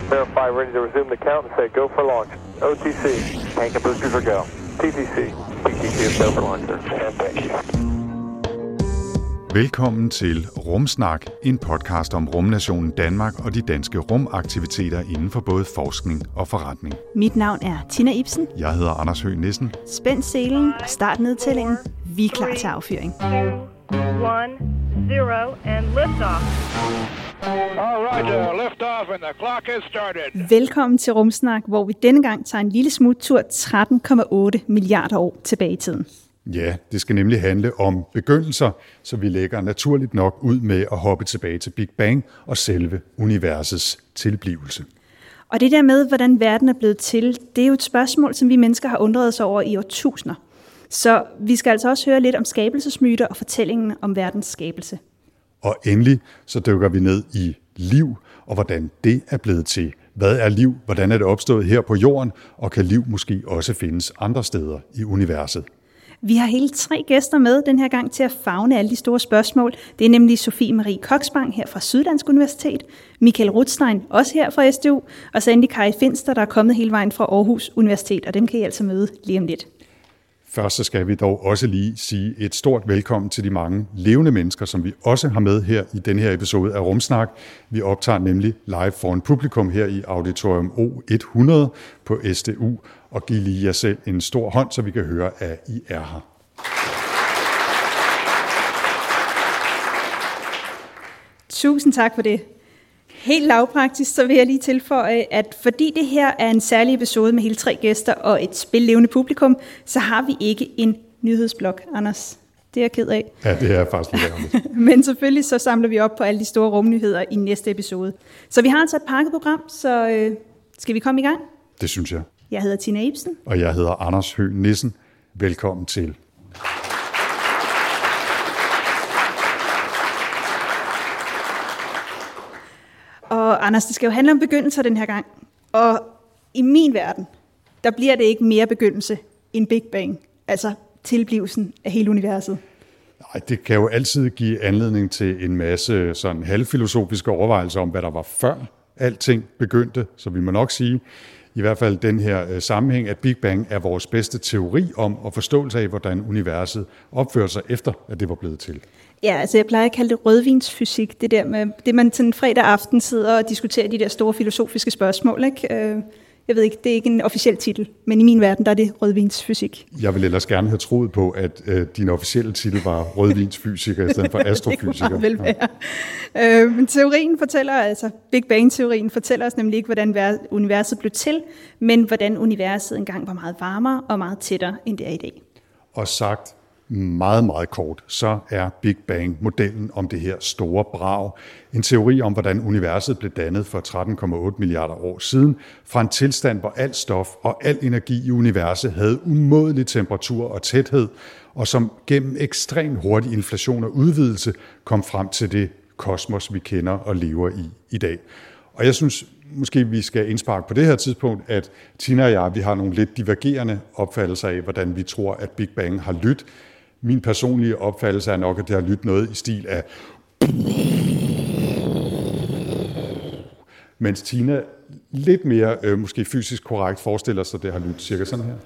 Verify, ready to resume the count and say go for launch. OTC, tank and boosters are go. TTC, TTC is go for launch, sir. And thank you. Velkommen til Rumsnak, en podcast om rumnationen Danmark og de danske rumaktiviteter inden for både forskning og forretning. Mit navn er Tina Ibsen. Jeg hedder Anders Høgh Nissen. Spænd selen og start nedtællingen. Vi er klar til affyring. 2, 1, 0 and liftoff. All right, lift off and the clock is started. Velkommen til Rumsnak, hvor vi denne gang tager en lille smuttur 13,8 milliarder år tilbage i tiden. Ja, det skal nemlig handle om begyndelser, så vi lægger naturligt nok ud med at hoppe tilbage til Big Bang og selve universets tilblivelse. Og det der med, hvordan verden er blevet til, det er jo et spørgsmål, som vi mennesker har undret os over i årtusinder. Så vi skal altså også høre lidt om skabelsesmyter og fortællingen om verdens skabelse. Og endelig så dykker vi ned i liv, og hvordan det er blevet til. Hvad er liv? Hvordan er det opstået her på jorden? Og kan liv måske også findes andre steder i universet? Vi har hele 3 gæster med den her gang til at favne alle de store spørgsmål. Det er nemlig Sofie Marie Koksbang her fra Syddansk Universitet, Michael Rothstein, også her fra SDU, og så endelig Kari Finster, der er kommet hele vejen fra Aarhus Universitet, og dem kan I altså møde lige om lidt. Først så skal vi dog også lige sige et stort velkommen til de mange levende mennesker, som vi også har med her i denne her episode af Rumsnak. Vi optager nemlig live foran publikum her i Auditorium O100 på SDU, og giv lige jer selv en stor hånd, så vi kan høre, at I er her. Tusind tak for det. Helt lavpraktisk, så vil jeg lige tilføje, at fordi det her er en særlig episode med hele 3 gæster og et spillevende publikum, så har vi ikke en nyhedsblok, Anders. Det er jeg ked af. Ja, det er faktisk lidt ærgerligt. Men selvfølgelig så samler vi op på alle de store rumnyheder i næste episode. Så vi har altså et pakket program, så skal vi komme i gang? Det synes jeg. Jeg hedder Tina Ibsen. Og jeg hedder Anders Høgh Nissen. Velkommen til. Og Anders, det skal jo handle om begyndelser den her gang. Og i min verden, der bliver det ikke mere begyndelse end Big Bang. Altså tilblivelsen af hele universet. Nej, det kan jo altid give anledning til en masse sådan halvfilosofiske overvejelser om, hvad der var før alting begyndte. Så vi må nok sige, i hvert fald den her sammenhæng, at Big Bang er vores bedste teori om og forståelse af, hvordan universet opfører sig efter, at det var blevet til. Ja, altså jeg plejer at kalde det rødvinsfysik, det der med det, man sådan fredag aften sidder og diskuterer de der store filosofiske spørgsmål, ikke? Jeg ved ikke, det er ikke en officiel titel, men i min verden, der er det rødvinsfysik. Jeg vil ellers gerne have troet på, at din officielle titel var rødvinsfysiker i stedet for astrofysiker. Det vel være. Men teorien fortæller, altså Big Bang-teorien fortæller os nemlig ikke, hvordan universet blev til, men hvordan universet engang var meget varmere og meget tættere, end det er i dag. Og sagt meget, meget kort, så er Big Bang-modellen om det her store brag en teori om, hvordan universet blev dannet for 13,8 milliarder år siden, fra en tilstand, hvor alt stof og al energi i universet havde umådelig temperatur og tæthed, og som gennem ekstremt hurtig inflation og udvidelse kom frem til det kosmos, vi kender og lever i dag. Og jeg synes, måske vi skal indsparke på det her tidspunkt, at Tina og jeg, vi har nogle lidt divergerende opfattelser af, hvordan vi tror, at Big Bang har lyttet. Min personlige opfattelse er nok, at det har lyttet noget i stil af mens Tina lidt mere, måske fysisk korrekt, forestiller sig, at det har lyttet cirka sådan her.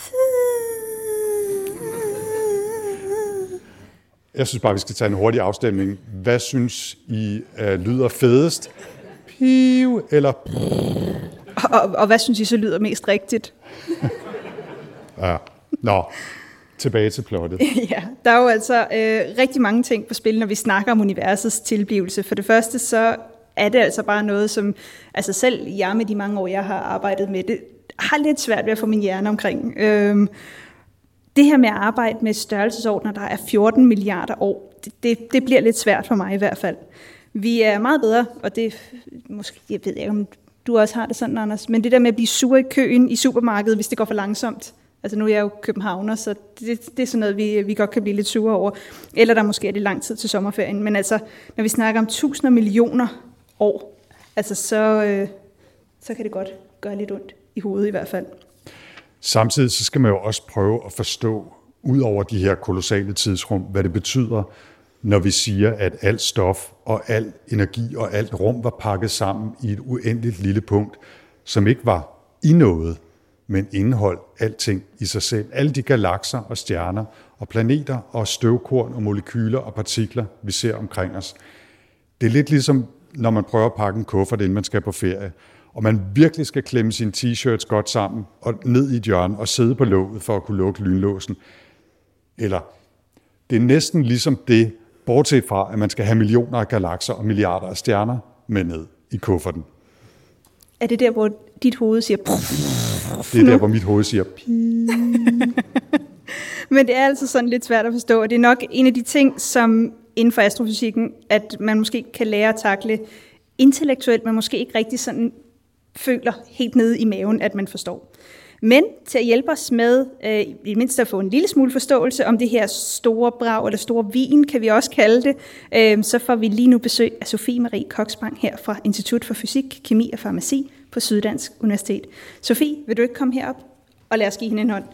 Jeg synes bare, vi skal tage en hurtig afstemning. Hvad synes I lyder fedest? Piu eller og hvad synes I så lyder mest rigtigt? Ja, nå. Tilbage til plottet. Ja, der er jo altså rigtig mange ting på spil, når vi snakker om universets tilblivelse. For det første, så er det altså bare noget, som altså selv jeg med de mange år, jeg har arbejdet med, det har lidt svært ved at få min hjerne omkring. Det her med at arbejde med størrelsesordner, der er 14 milliarder år, det bliver lidt svært for mig i hvert fald. Vi er meget bedre, og det måske, jeg ved ikke, om du også har det sådan, Anders, men det der med at blive sur i køen i supermarkedet, hvis det går for langsomt. Altså nu er jeg jo københavner, så det er sådan noget, vi godt kan blive lidt sure over. Eller der måske er det lang tid til sommerferien. Men altså, når vi snakker om tusinder millioner år, altså så kan det godt gøre lidt ondt i hovedet i hvert fald. Samtidig så skal man jo også prøve at forstå, ud over de her kolossale tidsrum, hvad det betyder når vi siger, at alt stof og al energi og alt rum var pakket sammen i et uendeligt lille punkt, som ikke var i noget, men indeholdt alting i sig selv. Alle de galakser og stjerner og planeter og støvkorn og molekyler og partikler, vi ser omkring os. Det er lidt ligesom, når man prøver at pakke en kuffert, inden man skal på ferie, og man virkelig skal klemme sine t-shirts godt sammen og ned i et hjørne og sidde på låget for at kunne lukke lynlåsen. Eller det er næsten ligesom det, bortset fra, at man skal have millioner af galakser og milliarder af stjerner med ned i kufferten. Er det der, hvor dit hoved siger... Det er der, hvor mit hoved siger... Men det er altså sådan lidt svært at forstå, og det er nok en af de ting, som inden for astrofysikken, at man måske kan lære at takle intellektuelt, men måske ikke rigtig sådan føler helt nede i maven, at man forstår. Men til at hjælpe os med, i det mindste at få en lille smule forståelse om det her store brag, eller store vin, kan vi også kalde det, så får vi lige nu besøg af Sofie Marie Koksbang her fra Institut for Fysik, Kemi og Farmaci på Syddansk Universitet. Sofie, vil du ikke komme herop og lad os give hende en hånd?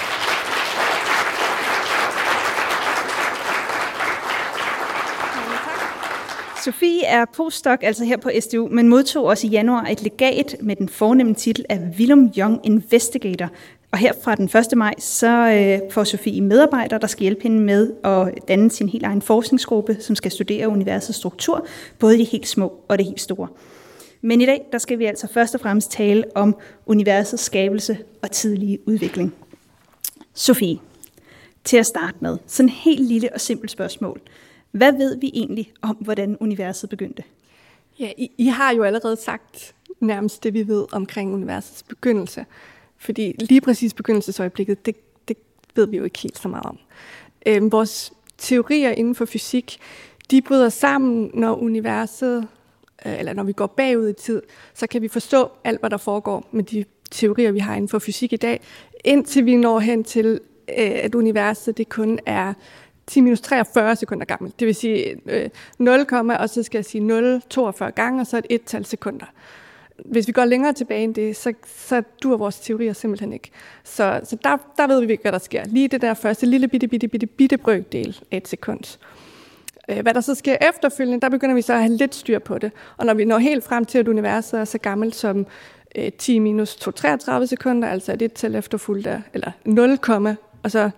Sofie er postdoc, altså her på SDU, men modtog også i januar et legat med den fornemme titel af Willum Young Investigator. Og her fra den 1. maj, så får Sofie medarbejdere, der skal hjælpe hende med at danne sin helt egen forskningsgruppe, som skal studere universets struktur, både de helt små og det helt store. Men i dag, der skal vi altså først og fremmest tale om universets skabelse og tidlige udvikling. Sofie, til at starte med, sådan et helt lille og simpelt spørgsmål. Hvad ved vi egentlig om, hvordan universet begyndte? Ja, I har jo allerede sagt nærmest det, vi ved omkring universets begyndelse. Fordi lige præcis begyndelsesøjeblikket, det ved vi jo ikke helt så meget om. Vores teorier inden for fysik, de bryder sammen, når universet, eller når vi går bagud i tid, så kan vi forstå alt, hvad der foregår med de teorier, vi har inden for fysik i dag, indtil vi når hen til, at universet det kun er 10-43 sekunder gammelt. Det vil sige 0, og så skal jeg sige 0,42 gange, og så et et-tal sekunder. Hvis vi går længere tilbage end det, så dur vores teorier simpelthen ikke. Så der ved vi ikke, hvad der sker. Lige det der første lille bitte brøkdel af et sekund. Hvad der så sker efterfølgende, der begynder vi så at have lidt styr på det. Og når vi når helt frem til, at universet er så gammelt som 10 minus 2,33 sekunder, altså et et-tal efterfulgt af, eller 0, og så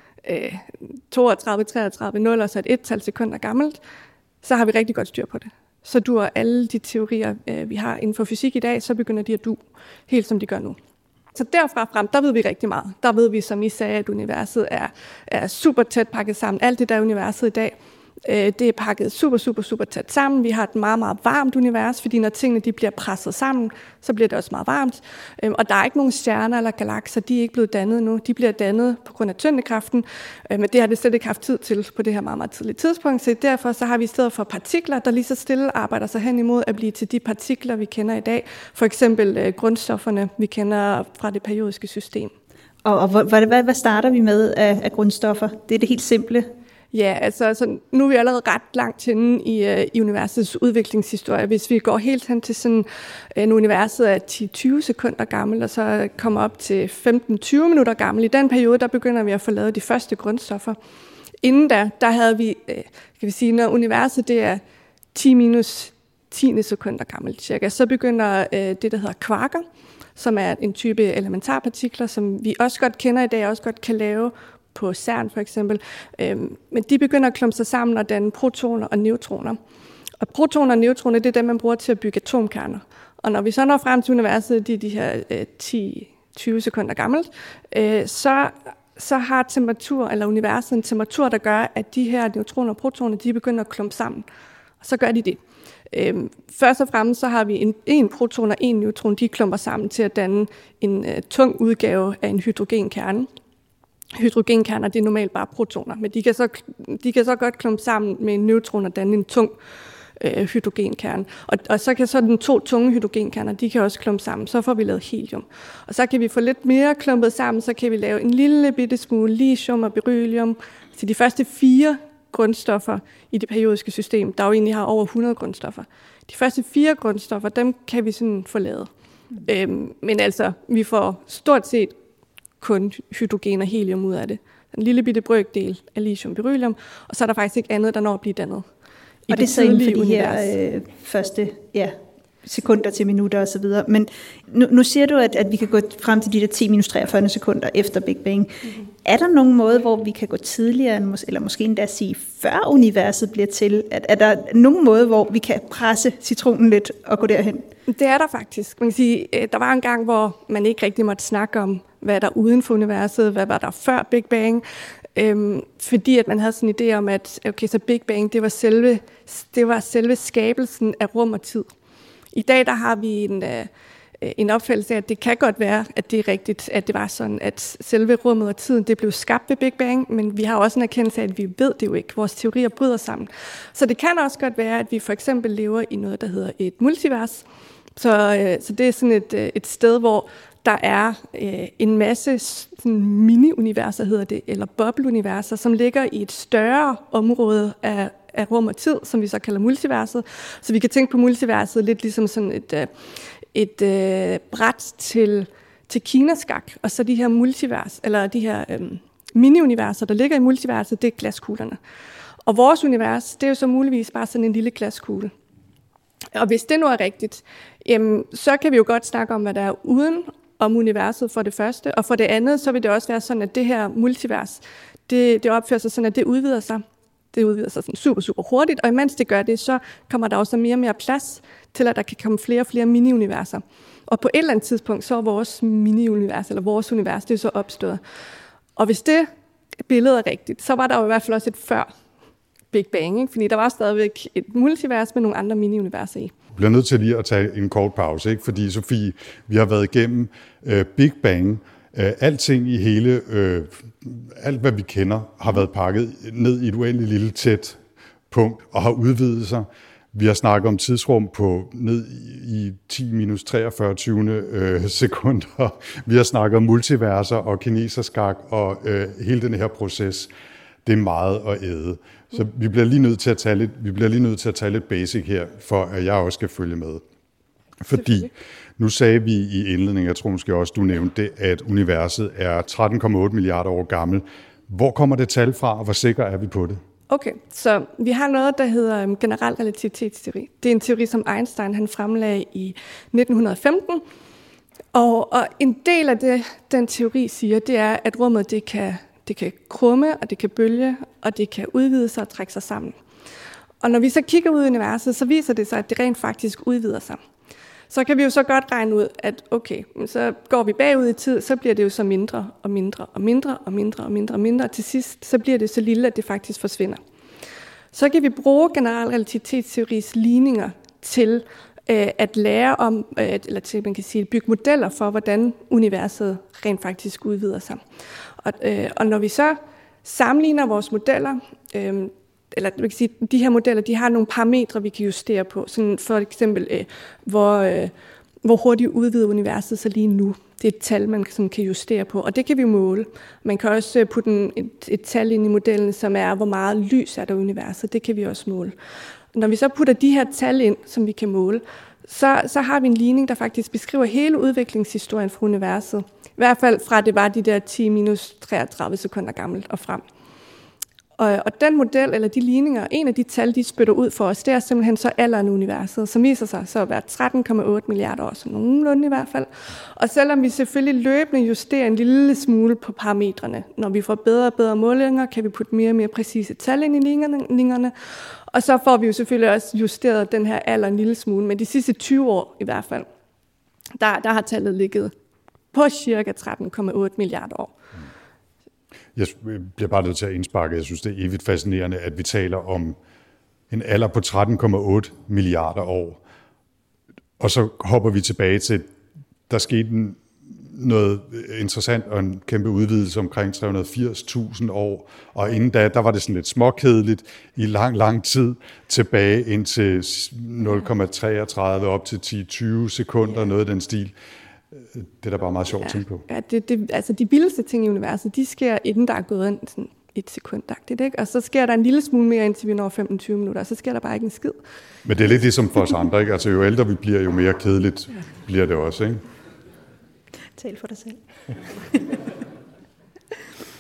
32, 33, 0, og så et et-tal sekunder gammelt, så har vi rigtig godt styr på det. Så duer alle de teorier, vi har inden for fysik i dag, så begynder de at du helt som de gør nu. Så derfra frem, der ved vi rigtig meget. Der ved vi, som I sagde, at universet er super tæt pakket sammen. Alt det, der er universet i dag, det er pakket super tæt sammen. Vi har et meget, meget varmt univers, fordi når tingene de bliver presset sammen, så bliver det også meget varmt. Og der er ikke nogen stjerner eller galakser, de er ikke blevet dannet nu. De bliver dannet på grund af tyngdekraften, men det har det slet ikke haft tid til på det her meget, meget tidlige tidspunkt. Så derfor så har vi i stedet for partikler, der lige så stille arbejder sig hen imod at blive til de partikler, vi kender i dag. For eksempel grundstofferne, vi kender fra det periodiske system. Og hvad starter vi med af grundstoffer? Det er det helt simple. Ja, altså nu er vi allerede ret langt henne i universets udviklingshistorie. Hvis vi går helt hen til sådan en universet er 10-20 sekunder gammel, og så kommer op til 15-20 minutter gammel, i den periode, der begynder vi at få lavet de første grundstoffer. Inden der havde vi, kan vi sige, når universet det er 10 minus 10 sekunder gammelt cirka, så begynder det, der hedder kvarker, som er en type elementarpartikler, som vi også godt kender i dag, og også godt kan lave på CERN for eksempel, men de begynder at klumpe sig sammen og danne protoner og neutroner. Og protoner og neutroner, det er dem, man bruger til at bygge atomkerner. Og når vi så når frem til universet, de her 10-20 sekunder gammelt, så har temperatur, eller universet en temperatur, der gør, at de her neutroner og protoner, de begynder at klumpe sammen. Og så gør de det. Først og fremmest så har vi en proton og en neutron, de klumper sammen til at danne en tung udgave af en hydrogenkerne. Hydrogenkerner, det er normalt bare protoner, men de kan så godt klumpe sammen med en neutron og danne en tung hydrogenkerne. Og så kan så den 2 tunge hydrogenkerner, de kan også klumpe sammen, så får vi lavet helium. Og så kan vi få lidt mere klumpet sammen, så kan vi lave en lille bitte smule lithium og beryllium. Så de første 4 grundstoffer i det periodiske system, der jo egentlig har over 100 grundstoffer. De første 4 grundstoffer, dem kan vi sådan få lavet. Men altså, vi får stort set kun hydrogen og helium ud af det. en lille bitte brøkdel af lithium beryllium, og så er der faktisk ikke andet, der når at blive dannet. Og det er så inden for de her første sekunder til minutter og så videre. Men nu siger du, at vi kan gå frem til de der 10 minus 43 sekunder efter Big Bang. Mm-hmm. Er der nogen måde, hvor vi kan gå tidligere, eller måske endda sige, før universet bliver til? Er der nogen måde, hvor vi kan presse citronen lidt og gå derhen? Det er der faktisk. Man kan sige, der var en gang, hvor man ikke rigtig måtte snakke om, hvad der uden for universet, hvad var der før Big Bang. Fordi at man havde sådan en idé om, at okay, så Big Bang, det var selve skabelsen af rum og tid. I dag der har vi en opfattelse af, at det kan godt være, at det er rigtigt, at det var sådan, at selve rummet og tiden, det blev skabt ved Big Bang, men vi har også en erkendelse af, at vi ved det jo ikke. Vores teorier bryder sammen. Så det kan også godt være, at vi for eksempel lever i noget, der hedder et multivers. Så det er sådan et sted, hvor der er en masse mini-universer, hedder det, eller bobleuniverser, som ligger i et større område af rum og tid, som vi så kalder multiverset. Så vi kan tænke på multiverset lidt ligesom sådan et bræt til kinaskak, og så de her multivers, eller de her mini-universer, der ligger i multiverset, det er glaskuglerne. Og vores univers, det er jo så muligvis bare sådan en lille glaskugle. Og hvis det nu er rigtigt, så kan vi jo godt snakke om, hvad der er uden om universet for det første, og for det andet, så vil det også være sådan, at det her multivers, det opfører sig sådan, at det udvider sig. Det udvider sig sådan super, super hurtigt, og imens det gør det, så kommer der også mere og mere plads til, at der kan komme flere og flere mini-universer. Og på et eller andet tidspunkt, så er vores mini-univers, eller vores univers, det er så opstået. Og hvis det billede er rigtigt, så var der jo i hvert fald også et før Big Bang, ikke? Fordi der var stadigvæk et multivers med nogle andre mini-universer i. Jeg bliver nødt til lige at tage en kort pause, ikke? Fordi Sofie, vi har været igennem Big Bang. Alting i hele, alt hvad vi kender, har været pakket ned i et uendeligt lille tæt punkt og har udvidet sig. Vi har snakket om tidsrum på ned i 10 minus 43 sekunder. Vi har snakket om multiverser og kineserskak og hele den her proces. Det er meget at æde. Så vi bliver lige nødt til at tage lidt basic her, for at jeg også skal følge med. Fordi nu sagde vi i indledningen, jeg tror måske også, du nævnte det, at universet er 13,8 milliarder år gammel. Hvor kommer det tal fra, og hvor sikre er vi på det? Okay, så vi har noget, der hedder generel relativitetsteori. Det er en teori, som Einstein han fremlagde i 1915. Og en del af den teori siger, det er, at rummet det kan krumme, og det kan bølge, og det kan udvide sig og trække sig sammen. Og når vi så kigger ud i universet, så viser det sig, at det rent faktisk udvider sig. Så kan vi jo så godt regne ud, at okay, så går vi bagud i tid, så bliver det jo så mindre og mindre og mindre og mindre og mindre og mindre, og til sidst så bliver det så lille, at det faktisk forsvinder. Så kan vi bruge generel relativitetsteoris ligninger til at lære om, eller til man kan sige, bygge modeller for, hvordan universet rent faktisk udvider sig. Og når vi så sammenligner vores modeller, eller man kan sige, de her modeller, de har nogle parametre, vi kan justere på. Sådan for eksempel, hvor hurtigt udvider universet så lige nu. Det er et tal, man sådan kan justere på, og det kan vi måle. Man kan også putte et tal ind i modellen, som er, hvor meget lys er der i universet. Det kan vi også måle. Når vi så putter de her tal ind, som vi kan måle, så har vi en ligning, der faktisk beskriver hele udviklingshistorien for universet. I hvert fald fra det var de der 10 minus 33 sekunder gammelt og frem. Og den model, eller de ligninger, en af de tal, de spytter ud for os, det er simpelthen så alderen i universet, som viser sig så at være 13,8 milliarder år, så nogenlunde i hvert fald. Og selvom vi selvfølgelig løbende justerer en lille smule på parametrene, når vi får bedre og bedre målinger, kan vi putte mere og mere præcise tal ind i ligningerne. Og så får vi jo selvfølgelig også justeret den her alder en lille smule, men de sidste 20 år i hvert fald, der har tallet ligget på cirka 13,8 milliarder år. Jeg bliver bare nødt til at indsparke. Jeg synes, det er evigt fascinerende, at vi taler om en alder på 13,8 milliarder år. Og så hopper vi tilbage til, der skete noget interessant og en kæmpe udvidelse omkring 380.000 år. Og inden da, der var det sådan lidt småkedeligt i lang tid tilbage indtil 0,33 op til 10-20 sekunder, noget af den stil. Det er da bare meget sjovt at tænke på. Ja, altså de vildeste ting i universet, de sker inden der er gået sådan et sekundagtigt, ikke? Og så sker der en lille smule mere, indtil vi når 25 minutter, og så sker der bare ikke en skid. Men det er lidt ligesom for os andre, ikke? Altså jo ældre vi bliver, jo mere kedeligt bliver det også, ikke? Tal for dig selv.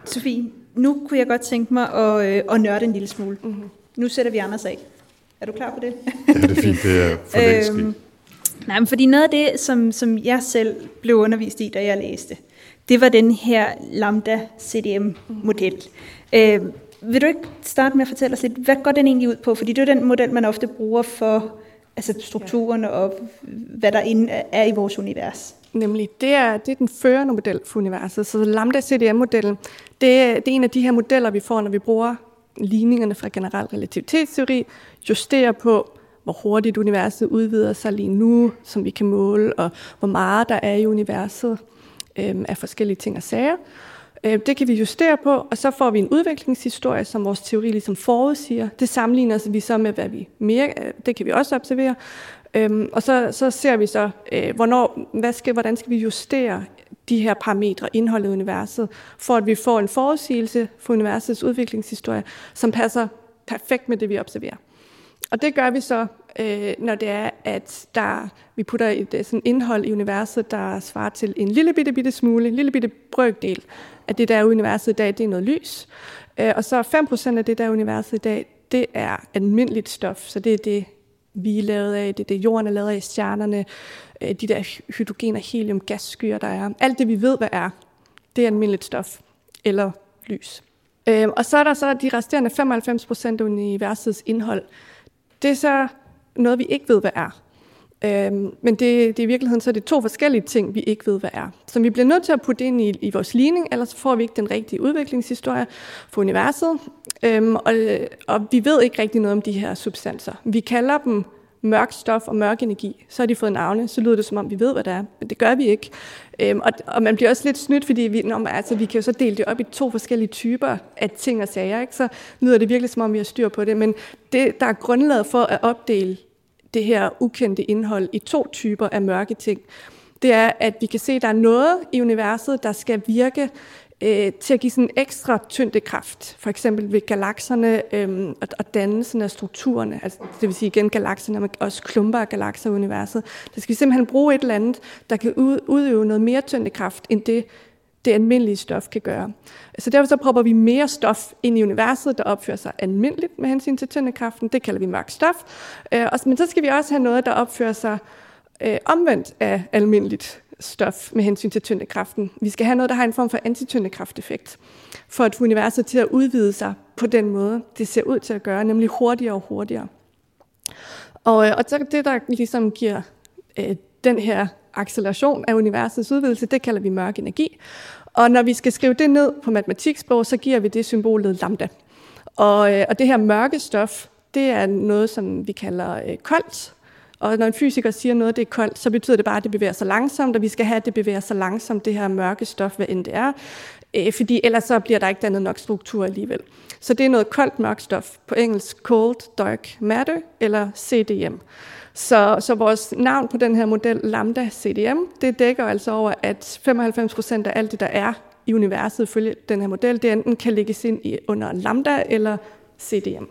Sofie, nu kunne jeg godt tænke mig at nørde en lille smule. Mm-hmm. Nu sætter vi Anders af. Er du klar på det? Ja, det er fint. Det er for længst sket. Nej, men fordi noget af det, som jeg selv blev undervist i, da jeg læste, det var den her Lambda CDM-model. Vil du ikke starte med at fortælle os lidt, hvad går den egentlig ud på? Fordi det er den model, man ofte bruger for strukturerne og hvad der er i vores univers. Nemlig, det er den førende model for universet. Så Lambda CDM-modellen, det er en af de her modeller, vi får, når vi bruger ligningerne fra generel relativitetsteori, justerer på, hvor hurtigt universet udvider sig lige nu, som vi kan måle, og hvor meget der er i universet af forskellige ting og sager. Det kan vi justere på, og så får vi en udviklingshistorie, som vores teori ligesom forudsiger. Det sammenligner vi så med, hvad vi mere, det kan vi også observere. Og så ser vi så, hvordan skal vi justere de her parametre, indholdet i universet, for at vi får en forudsigelse for universets udviklingshistorie, som passer perfekt med det, vi observerer. Og det gør vi så, når det er, at vi putter et sådan indhold i universet, der svarer til en lille bitte brøkdel af det, der er i universet i dag, det er noget lys. Og så 5% af det, der er i universet i dag, det er almindeligt stof. Så det er det, vi er lavet af, det er det, jorden er lavet af, stjernerne, de der hydrogen- og helium-gasskyer, der er. Alt det, vi ved, hvad er, det er almindeligt stof eller lys. Og så er der så de resterende 95% af universets indhold. Det er så noget, vi ikke ved, hvad er. Men det er i virkeligheden så er det 2 forskellige ting, vi ikke ved, hvad er. Så vi bliver nødt til at putte ind i vores ligning, ellers får vi ikke den rigtige udviklingshistorie for universet. Og vi ved ikke rigtig noget om de her substanser. Vi kalder dem mørk stof og mørk energi. Så har de fået navne, så lyder det som om, vi ved, hvad det er. Men det gør vi ikke. Og man bliver også lidt snydt, fordi vi kan jo så dele det op i 2 forskellige typer af ting og sager. Ikke? Så lyder det virkelig som om, vi har styr på det. Men det, der er grundlaget for at opdele det her ukendte indhold i 2 typer af mørke ting, det er, at vi kan se, at der er noget i universet, der skal virke til at give sådan ekstra tyngdekraft. For eksempel ved galakserne og dannelsen af strukturerne. Altså, det vil sige igen galakserne, men også klumper af galakser i universet. Der skal vi simpelthen bruge et eller andet, der kan udøve noget mere tyngdekraft, end det almindelige stof kan gøre. Så derfor så propper vi mere stof ind i universet, der opfører sig almindeligt med hensyn til tyngdekraften. Det kalder vi mørk stof. Men så skal vi også have noget, der opfører sig omvendt af almindeligt stof med hensyn til tyngdekraften. Vi skal have noget, der har en form for antityngdekrafteffekt, for at få universet til at udvide sig på den måde, det ser ud til at gøre, nemlig hurtigere og hurtigere. Og så det, der ligesom giver den her acceleration af universets udvidelse, det kalder vi mørk energi. Og når vi skal skrive det ned på matematiksprog, så giver vi det symbolet lambda. Og det her mørke stof, det er noget, som vi kalder koldt. Og når en fysiker siger noget, det er koldt, så betyder det bare, at det bevæger sig langsomt, og vi skal have, at det bevæger sig langsomt, det her mørke stof, hvad end det er. Fordi ellers så bliver der ikke dannet nok struktur alligevel. Så det er noget koldt mørk stof, på engelsk cold dark matter, eller CDM. Så vores navn på den her model, Lambda CDM, det dækker altså over, at 95% af alt det, der er i universet, ifølge den her model, det enten kan lægges ind under Lambda eller CDM.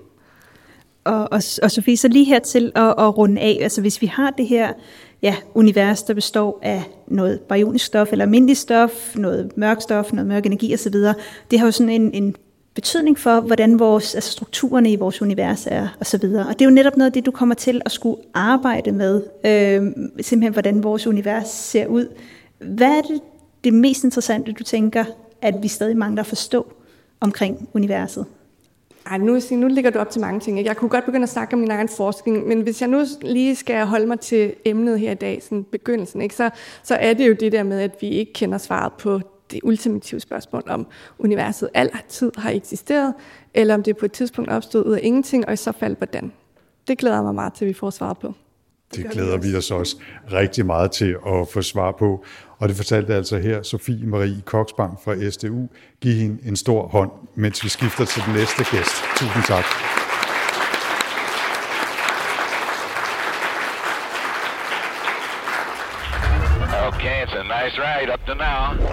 Og Sofie, så lige her til at runde af, altså hvis vi har det her univers, der består af noget baryonisk stof eller almindelig stof, noget mørk stof, noget mørk energi osv., det har jo sådan en betydning for, hvordan strukturerne i vores univers er osv. Og det er jo netop noget af det, du kommer til at skulle arbejde med, simpelthen hvordan vores univers ser ud. Hvad er det mest interessante, du tænker, at vi stadig mangler at forstå omkring universet? Nu ligger du op til mange ting. Jeg kunne godt begynde at snakke om min egen forskning, men hvis jeg nu lige skal holde mig til emnet her i dag, sådan begyndelsen, ikke, så er det jo det der med, at vi ikke kender svaret på det ultimative spørgsmål, om universet altid har eksisteret, eller om det på et tidspunkt opstod ud af ingenting, og i så fald hvordan. Det glæder jeg mig meget til, at vi får svar på. Det glæder vi os også rigtig meget til at få svar på. Og det fortalte altså her Sofie Marie Koksbang fra SDU. Giv hende en stor hånd, mens vi skifter til den næste gæst. Tusind tak. Okay, it's a nice ride up to now.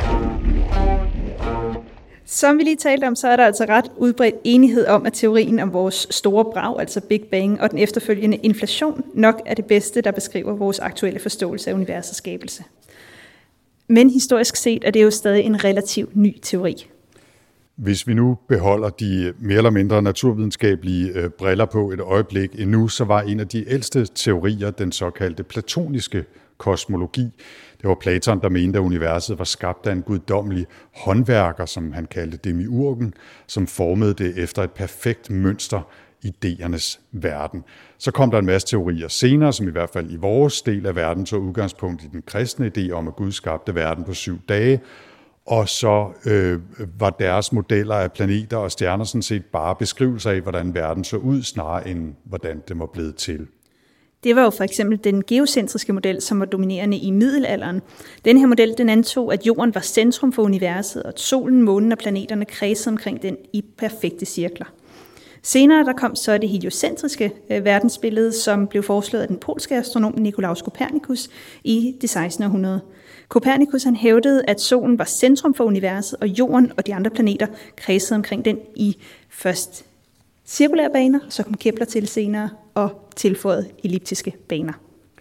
Som vi lige talte om, så er der altså ret udbredt enighed om, at teorien om vores store brag, altså Big Bang, og den efterfølgende inflation, nok er det bedste, der beskriver vores aktuelle forståelse af universets skabelse. Men historisk set er det jo stadig en relativt ny teori. Hvis vi nu beholder de mere eller mindre naturvidenskabelige briller på et øjeblik endnu, så var en af de ældste teorier den såkaldte platoniske kosmologi. Det var Platon, der mente, at universet var skabt af en guddommelig håndværker, som han kaldte demiurgen, som formede det efter et perfekt mønster, idéernes verden. Så kom der en masse teorier senere, som i hvert fald i vores del af verden tog udgangspunkt i den kristne idé om, at Gud skabte verden på 7 dage, og så var deres modeller af planeter og stjerner sådan set bare beskrivelser af, hvordan verden så ud, snarere end hvordan det var blevet til. Det var jo for eksempel den geocentriske model, som var dominerende i middelalderen. Den her model den antog, at jorden var centrum for universet, og at solen, månen og planeterne kredsede omkring den i perfekte cirkler. Senere der kom så det heliocentriske verdensbillede, som blev foreslået af den polske astronom Nicolaus Copernicus i det 16. århundrede. Copernicus han hævdede, at solen var centrum for universet, og jorden og de andre planeter kredsede omkring den i først cirkulære baner, så kom Kepler til senere og tilføjede elliptiske baner.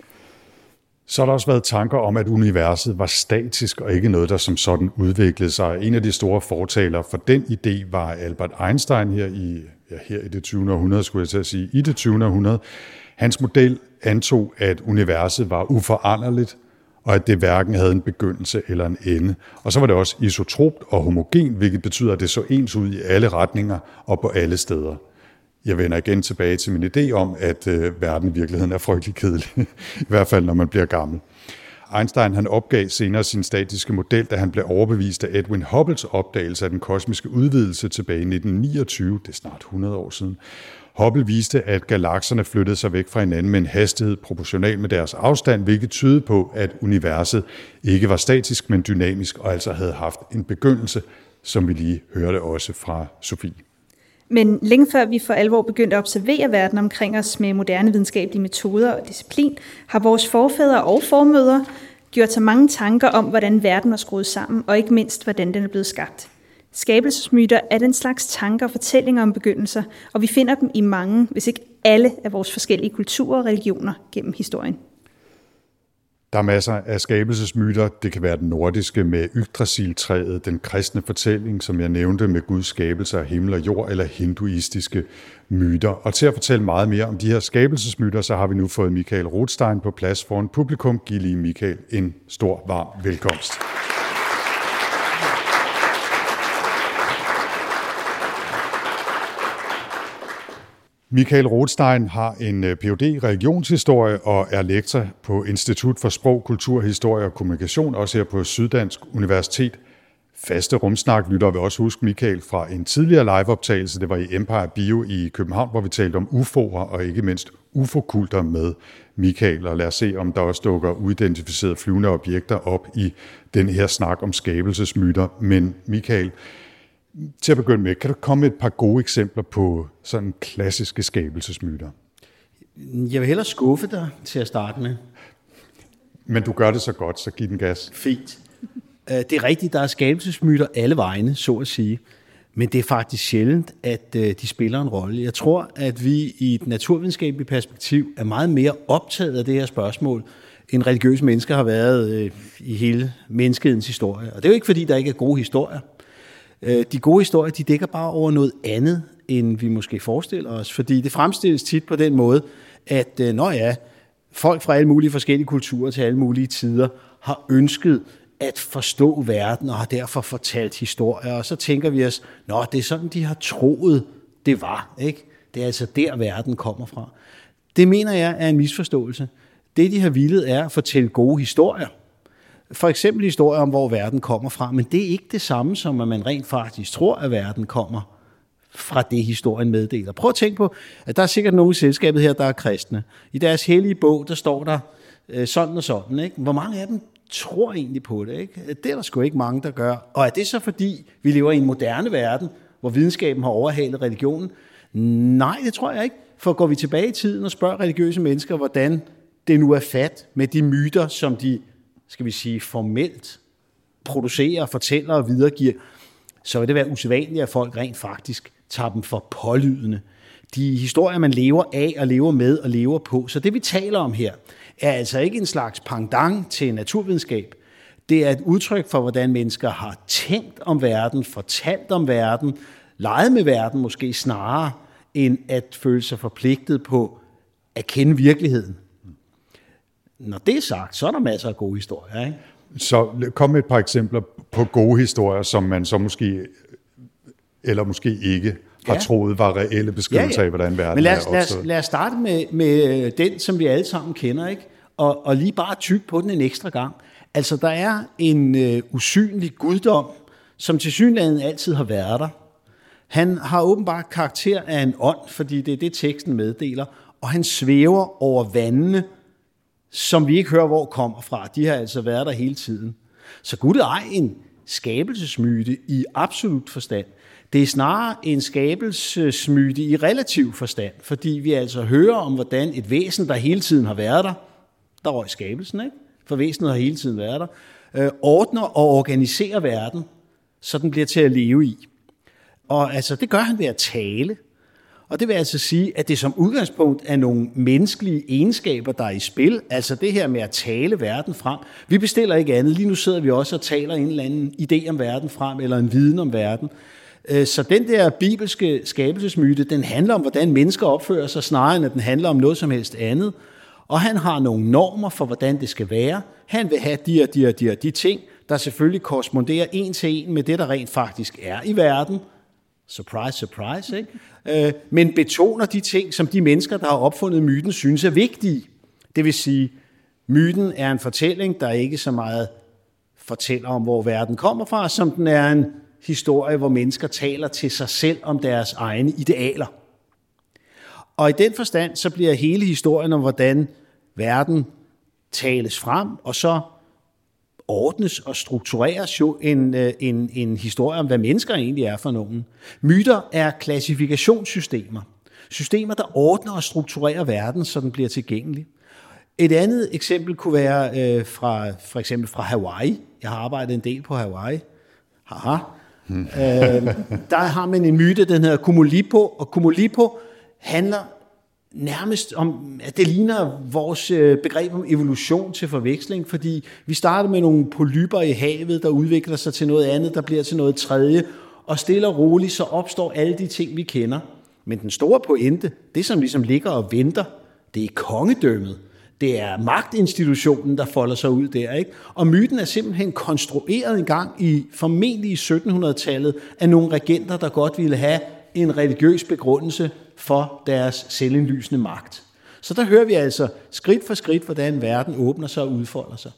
Så har der også været tanker om, at universet var statisk og ikke noget, der som sådan udviklede sig. En af de store fortalere for den idé var Albert Einstein her i det 20. århundrede, skulle jeg til at sige, i det 20. århundrede. Hans model antog, at universet var uforanderligt, og at det hverken havde en begyndelse eller en ende. Og så var det også isotropt og homogen, hvilket betyder, at det så ens ud i alle retninger og på alle steder. Jeg vender igen tilbage til min idé om, at verden i virkeligheden er frygtelig kedelig, i hvert fald når man bliver gammel. Einstein han opgav senere sin statiske model, da han blev overbevist af Edwin Hubbles opdagelse af den kosmiske udvidelse tilbage i 1929, det er snart 100 år siden. Hubble viste, at galakserne flyttede sig væk fra hinanden med en hastighed proportional med deres afstand, hvilket tydede på, at universet ikke var statisk, men dynamisk, og altså havde haft en begyndelse, som vi lige hørte også fra Sofie. Men længe før vi for alvor begyndte at observere verden omkring os med moderne videnskabelige metoder og disciplin, har vores forfædre og formødre gjort sig mange tanker om, hvordan verden var skruet sammen, og ikke mindst, hvordan den er blevet skabt. Skabelsesmyter er den slags tanker og fortællinger om begyndelser, og vi finder dem i mange, hvis ikke alle af vores forskellige kulturer og religioner gennem historien. Der er masser af skabelsesmyter. Det kan være den nordiske med Yggdrasil-træet, den kristne fortælling, som jeg nævnte, med Guds skabelse af himmel og jord, eller hinduistiske myter. Og til at fortælle meget mere om de her skabelsesmyter, så har vi nu fået Michael Rothstein på plads foran publikum. Giv lige Michael en stor, varm velkomst. Michael Rothstein har en Ph.D. i religionshistorie og er lektor på Institut for Sprog, Kultur, Historie og Kommunikation, også her på Syddansk Universitet. Faste rumsnaklyttere vil også huske Michael fra en tidligere liveoptagelse. Det var i Empire Bio i København, hvor vi talte om UFO'er og ikke mindst UFO-kulter med Michael. Og lad os se, om der også dukker uidentificerede flyvende objekter op i den her snak om skabelsesmyter. Men Michael, til at begynde med, kan du komme med et par gode eksempler på sådan klassiske skabelsesmyter? Jeg vil hellere skuffe dig til at starte med. Men du gør det så godt, så giv den gas. Fint. Det er rigtigt, der er skabelsesmyter alle vegne, så at sige. Men det er faktisk sjældent, at de spiller en rolle. Jeg tror, at vi i et naturvidenskabeligt perspektiv er meget mere optaget af det her spørgsmål, end religiøse mennesker har været i hele menneskehedens historie. Og det er jo ikke, fordi der ikke er gode historier. De gode historier, de dækker bare over noget andet, end vi måske forestiller os. Fordi det fremstilles tit på den måde, at folk fra alle mulige forskellige kulturer til alle mulige tider har ønsket at forstå verden og har derfor fortalt historier. Og så tænker vi os, det er sådan, de har troet, det var. Ikke? Det er altså der, verden kommer fra. Det mener jeg er en misforståelse. Det, de har villet, er at fortælle gode historier. For eksempel historier om, hvor verden kommer fra, men det er ikke det samme som, at man rent faktisk tror, at verden kommer fra det, historien meddeler. Prøv at tænke på, at der er sikkert nogle i selskabet her, der er kristne. I deres hellige bog, der står der sådan og sådan. Ikke? Hvor mange af dem tror egentlig på det? Ikke? Det er der sgu ikke mange, der gør. Og er det så fordi, vi lever i en moderne verden, hvor videnskaben har overhalet religionen? Nej, det tror jeg ikke. For går vi tilbage i tiden og spørger religiøse mennesker, hvordan det nu er fat med de myter, som de skal vi sige, formelt producerer, fortæller og videregiver, så vil det være usædvanligt, at folk rent faktisk tager dem for pålydende. De historier, man lever af og lever med og lever på. Så det, vi taler om her, er altså ikke en slags pendant til naturvidenskab. Det er et udtryk for, hvordan mennesker har tænkt om verden, fortalt om verden, leget med verden måske snarere, end at føle sig forpligtet på at kende virkeligheden. Når det er sagt, så er der masser af gode historier, ikke? Så kom med et par eksempler på gode historier, som man så måske, eller måske ikke, har troet var reelle beskrivelser af, hvordan verden er opstået. Lad os starte med den, som vi alle sammen kender, ikke? Og lige bare tyk på den en ekstra gang. Altså, der er en usynlig guddom, som tilsyneladende altid har været der. Han har åbenbart karakter af en ånd, fordi det er det, teksten meddeler, og han svæver over vandene, som vi ikke hører, hvor kommer fra. De har altså været der hele tiden. Så Gud er ej en skabelsesmyte i absolut forstand. Det er snarere en skabelsesmyte i relativ forstand, fordi vi altså hører om, hvordan et væsen, der hele tiden har været der røg skabelsen, ikke? For væsenet har hele tiden været der, ordner og organiserer verden, så den bliver til at leve i. Og altså, det gør han ved at tale. Og det vil altså sige, at det som udgangspunkt er nogle menneskelige egenskaber, der er i spil. Altså det her med at tale verden frem. Vi bestiller ikke andet. Lige nu sidder vi også og taler en eller anden idé om verden frem, eller en viden om verden. Så den der bibelske skabelsesmyte, den handler om, hvordan mennesker opfører sig, snarere end at den handler om noget som helst andet. Og han har nogle normer for, hvordan det skal være. Han vil have de ting, der selvfølgelig korresponderer en til en med det, der rent faktisk er i verden. Surprise, surprise, ikke? Men betoner de ting, som de mennesker, der har opfundet myten, synes er vigtige. Det vil sige, myten er en fortælling, der ikke så meget fortæller om, hvor verden kommer fra, som den er en historie, hvor mennesker taler til sig selv om deres egne idealer. Og i den forstand, så bliver hele historien om, hvordan verden tales frem, og så ordnes og struktureres jo en historie om, hvad mennesker egentlig er for nogen. Myter er klassifikationssystemer. Systemer, der ordner og strukturerer verden, så den bliver tilgængelig. Et andet eksempel kunne være for eksempel fra Hawaii. Jeg har arbejdet en del på Hawaii. Haha. Der har man en myte, den hedder Kumulipo, og Kumulipo handler nærmest om, at det ligner vores begreb om evolution til forveksling, fordi vi starter med nogle polypper i havet, der udvikler sig til noget andet, der bliver til noget tredje, og stille og roligt, så opstår alle de ting, vi kender. Men den store pointe, det som ligesom ligger og venter, det er kongedømmet. Det er magtinstitutionen, der folder sig ud der, ikke? Og myten er simpelthen konstrueret en gang formentlig i 1700-tallet af nogle regenter, der godt ville have en religiøs begrundelse for deres selvindlysende magt. Så der hører vi altså skridt for skridt, hvordan verden åbner sig og udfolder sig.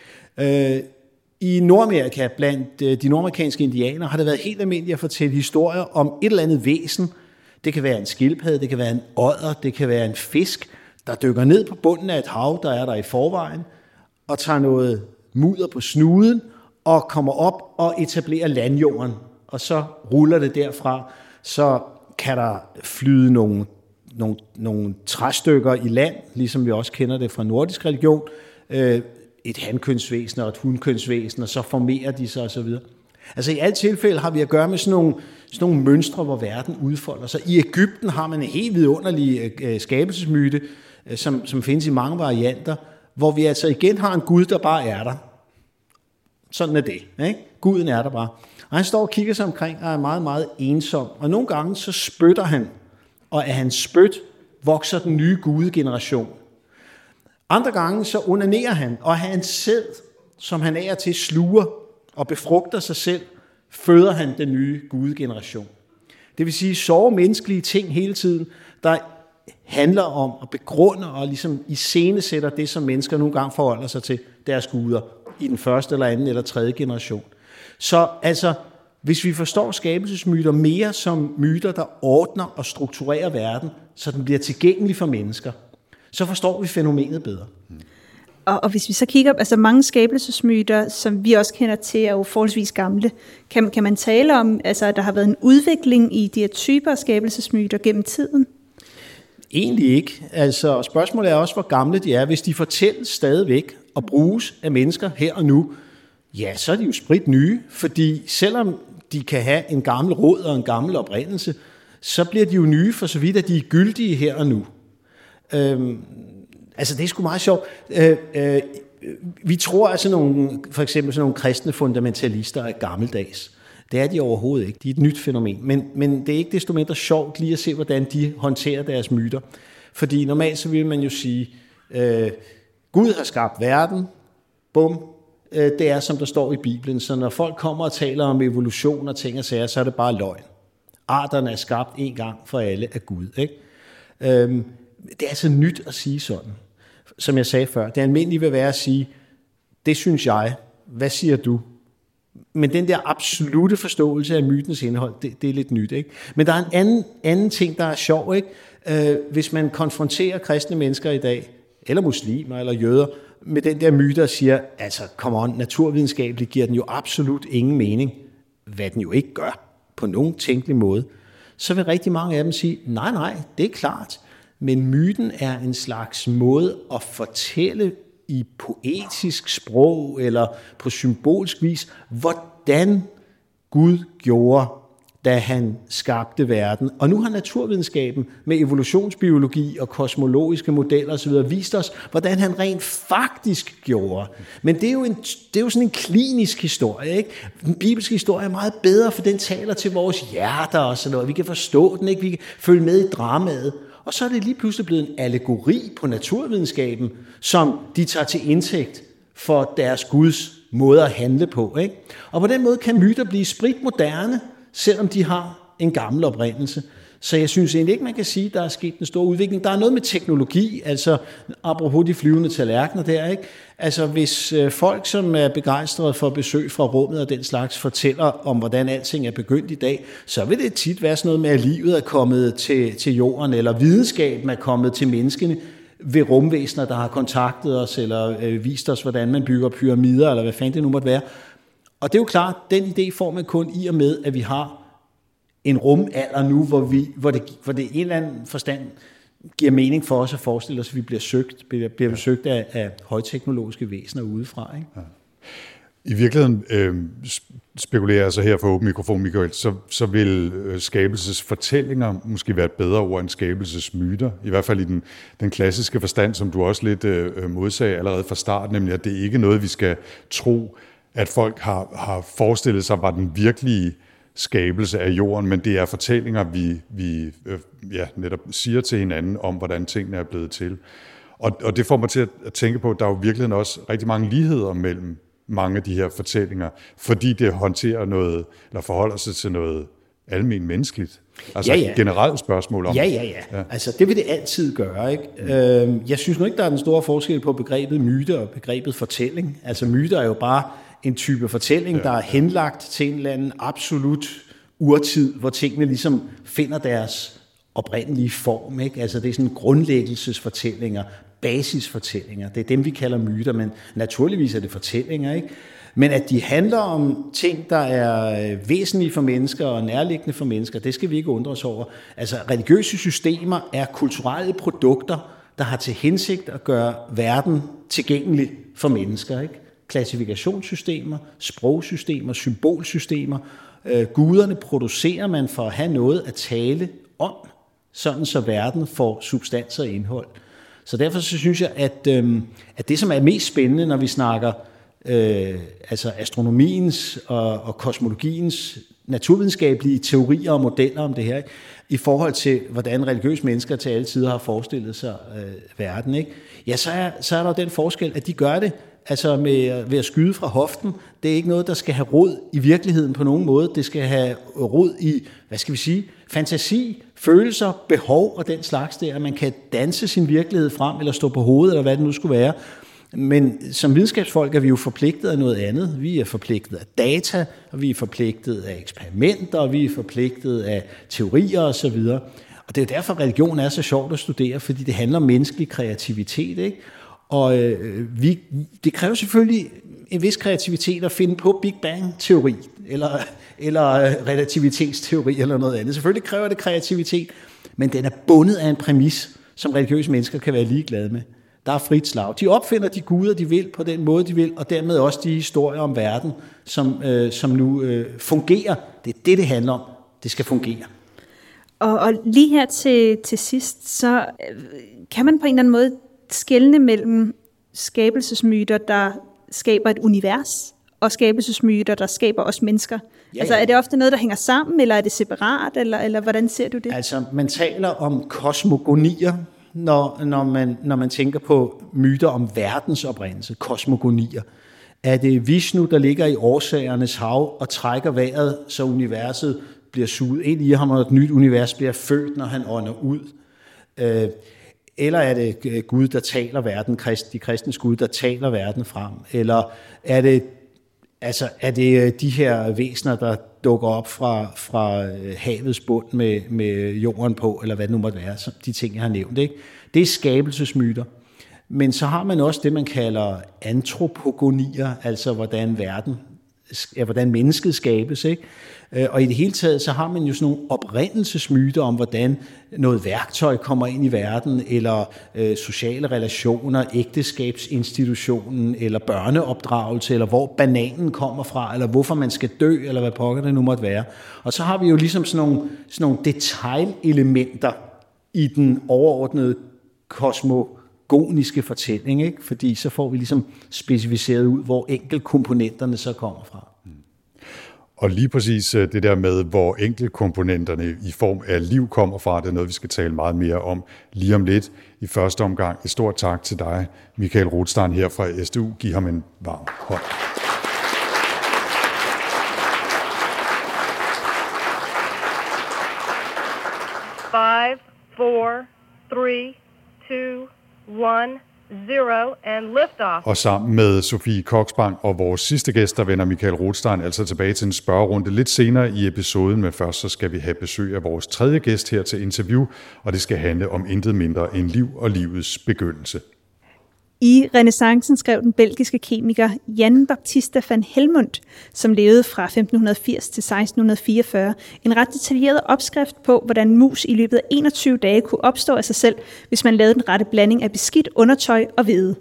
I Nordamerika, blandt de nordamerikanske indianere, har det været helt almindeligt at fortælle historier om et eller andet væsen. Det kan være en skildpadde, det kan være en odder, det kan være en fisk, der dykker ned på bunden af et hav, der er der i forvejen, og tager noget mudder på snuden, og kommer op og etablerer landjorden. Og så ruller det derfra, så kan der flyde nogle træstykker i land, ligesom vi også kender det fra nordisk religion, et hankønsvæsen og et hunkønsvæsen, og så formerer de sig osv. Altså i alle tilfælde har vi at gøre med sådan nogle mønstre, hvor verden udfolder sig. I Egypten har man en helt vidunderlig skabelsesmyte, som findes i mange varianter, hvor vi altså igen har en Gud, der bare er der. Sådan er det, ikke? Guden er der bare. Og han står og kigger sig omkring og er meget, meget ensom. Og nogle gange så spytter han, og af hans spyt vokser den nye gudegeneration. Andre gange så onanerer han, og hans sæd, som han af og til sluger og befrugter sig selv, føder han den nye gudegeneration. Det vil sige, såre menneskelige ting hele tiden, der handler om at begrunde og ligesom iscenesætter det, som mennesker nogle gange forholder sig til deres guder i den første eller anden eller tredje generation. Så altså, hvis vi forstår skabelsesmyter mere som myter, der ordner og strukturerer verden, så den bliver tilgængelig for mennesker, så forstår vi fænomenet bedre. Og hvis vi så kigger, altså mange skabelsesmyter, som vi også kender til, er jo forholdsvis gamle. Kan man tale om, altså, at der har været en udvikling i de her typer af skabelsesmyter gennem tiden? Egentlig ikke. Altså, spørgsmålet er også, hvor gamle de er. Hvis de fortælles stadigvæk og bruges af mennesker her og nu, ja, så er de jo sprit nye, fordi selvom de kan have en gammel rod og en gammel oprindelse, så bliver de jo nye for så vidt, at de er gyldige her og nu. Altså, det er sgu meget sjovt. vi tror, at for eksempel sådan nogle kristne fundamentalister er gammeldags. Det er de overhovedet ikke. De er et nyt fænomen. Men det er ikke desto mindre sjovt lige at se, hvordan de håndterer deres myter. Fordi normalt så vil man jo sige, Gud har skabt verden, bum, det er som der står i Bibelen. Så når folk kommer og taler om evolution og ting og sager, så er det bare løgn. Arterne er skabt en gang for alle af Gud. Ikke? Det er altså nyt at sige sådan. Som jeg sagde før, det almindelige vil være at sige, det synes jeg, hvad siger du? Men den der absolute forståelse af mytens indhold, det er lidt nyt. Ikke? Men der er en anden ting, der er sjov. Ikke? Hvis man konfronterer kristne mennesker i dag, eller muslimer, eller jøder, med den der myte og siger, altså, come on, naturvidenskabeligt giver den jo absolut ingen mening, hvad den jo ikke gør på nogen tænkelig måde, så vil rigtig mange af dem sige, nej, det er klart, men myten er en slags måde at fortælle i poetisk sprog, eller på symbolsk vis, hvordan Gud gjorde, da han skabte verden. Og nu har naturvidenskaben med evolutionsbiologi og kosmologiske modeller osv. vist os, hvordan han rent faktisk gjorde. Men det er jo sådan en klinisk historie. Ikke? Den bibelske historie er meget bedre, for den taler til vores hjerter og sådan noget. Vi kan forstå den, ikke? Vi kan følge med i dramaet. Og så er det lige pludselig blevet en allegori på naturvidenskaben, som de tager til indtægt for deres Guds måde at handle på. Ikke? Og på den måde kan myter blive spritmoderne, selvom de har en gammel oprindelse. Så jeg synes egentlig ikke, man kan sige, at der er sket en stor udvikling. Der er noget med teknologi, altså apropos de flyvende tallerkener der, ikke? Altså hvis folk, som er begejstrede for besøg fra rummet og den slags, fortæller om, hvordan alting er begyndt i dag, så vil det tit være sådan noget med, at livet er kommet til jorden, eller videnskaben er kommet til menneskene ved rumvæsener, der har kontaktet os, eller vist os, hvordan man bygger pyramider, eller hvad fanden det nu måtte være. Og det er jo klart, den idé får man kun i og med, at vi har en rumalder nu, hvor det i en eller anden forstand giver mening for os at forestille os, at vi bliver besøgt af højteknologiske væsener udefra. Ikke? Ja. I virkeligheden spekulerer jeg så her for åben mikrofon, Michael, så vil skabelsesfortællinger måske være et bedre ord end skabelsesmyter, i hvert fald i den klassiske forstand, som du også lidt modsagde allerede fra starten, nemlig at det ikke er noget, vi skal tro, at folk har forestillet sig, var den virkelige skabelse af jorden, men det er fortællinger, vi netop siger til hinanden om, hvordan tingene er blevet til. Og det får mig til at tænke på, at der er jo virkelig også rigtig mange ligheder mellem mange af de her fortællinger, fordi det håndterer noget, eller forholder sig til noget almen menneskeligt. Altså et generelt spørgsmål om... Ja. Altså det vil det altid gøre, ikke? Jeg synes nu ikke, der er den store forskel på begrebet myte og begrebet fortælling. Altså myter er jo bare en type fortælling, der er henlagt til en eller anden absolut urtid, hvor tingene ligesom finder deres oprindelige form. Ikke? Altså det er sådan grundlæggelsesfortællinger, basisfortællinger. Det er dem, vi kalder myter, men naturligvis er det fortællinger. Ikke? Men at de handler om ting, der er væsentlige for mennesker og nærliggende for mennesker, det skal vi ikke undre os over. Altså religiøse systemer er kulturelle produkter, der har til hensigt at gøre verden tilgængelig for mennesker. Ikke? Klassifikationssystemer, sprogsystemer, symbolsystemer. Guderne producerer man for at have noget at tale om, sådan så verden får substans og indhold. Så derfor så synes jeg, at det, som er mest spændende, når vi snakker altså astronomiens og kosmologiens naturvidenskabelige teorier og modeller om det her, i forhold til, hvordan religiøse mennesker til alle tider har forestillet sig verden, ikke? Ja, så er der den forskel, at de gør det altså ved at skyde fra hoften. Det er ikke noget, der skal have rod i virkeligheden på nogen måde. Det skal have rod i, hvad skal vi sige, fantasi, følelser, behov og den slags der. Man kan danse sin virkelighed frem, eller stå på hovedet, eller hvad det nu skulle være. Men som videnskabsfolk er vi jo forpligtet af noget andet. Vi er forpligtet af data, og vi er forpligtet af eksperimenter, og vi er forpligtet af teorier osv. Og det er jo derfor, religion er så sjovt at studere, fordi det handler om menneskelig kreativitet, ikke? Og det kræver selvfølgelig en vis kreativitet at finde på Big Bang-teori, eller relativitetsteori, eller noget andet. Selvfølgelig kræver det kreativitet, men den er bundet af en præmis, som religiøse mennesker kan være ligeglade med. Der er frit slag. De opfinder de guder, de vil, på den måde, de vil, og dermed også de historier om verden, som nu fungerer. Det er det handler om. Det skal fungere. Og lige her til sidst, så kan man på en eller anden måde skelne mellem skabelsesmyter, der skaber et univers, og skabelsesmyter, der skaber os mennesker? Ja. Altså er det ofte noget, der hænger sammen, eller er det separat, eller hvordan ser du det? Altså man taler om kosmogonier, når man tænker på myter om verdens oprindelse, kosmogonier. Er det Vishnu, der ligger i årsagernes hav og trækker vejret, så universet bliver suget ind i ham, og et nyt univers bliver født, når han ånder ud? Eller er det Gud, der taler verden, de kristnes Gud, der taler verden frem? Eller er det de her væsener, der dukker op fra havets bund med jorden på, eller hvad det nu måtte være, de ting, jeg har nævnt, ikke? Det er skabelsesmyter. Men så har man også det, man kalder antropogonier, altså hvordan mennesket skabes, ikke? Og i det hele taget, så har man jo sådan nogle oprindelsesmyter om, hvordan noget værktøj kommer ind i verden, eller sociale relationer, ægteskabsinstitutionen, eller børneopdragelse, eller hvor bananen kommer fra, eller hvorfor man skal dø, eller hvad pokker det nu måtte være. Og så har vi jo ligesom sådan nogle detailelementer i den overordnede kosmogoniske fortælling, ikke? Fordi så får vi ligesom specificeret ud, hvor enkeltkomponenterne så kommer fra. Og lige præcis det der med, hvor enkeltkomponenterne i form af liv kommer fra, det er noget, vi skal tale meget mere om lige om lidt. I første omgang et stort tak til dig, Michael Rothstein her fra SDU. Giv ham en varm hånd. Five, 4, 3, 2, 1, 0 and liftoff. Og sammen med Sofie Koksbang og vores sidste gæst, der vender Michael Rothstein altså tilbage til en spørgerunde lidt senere i episoden, men først så skal vi have besøg af vores tredje gæst her til interview, og det skal handle om intet mindre end liv og livets begyndelse. I renæssancen skrev den belgiske kemiker Jan Baptista van Helmont, som levede fra 1580 til 1644, en ret detaljeret opskrift på, hvordan mus i løbet af 21 dage kunne opstå af sig selv, hvis man lavede den rette blanding af beskidt undertøj og hvede.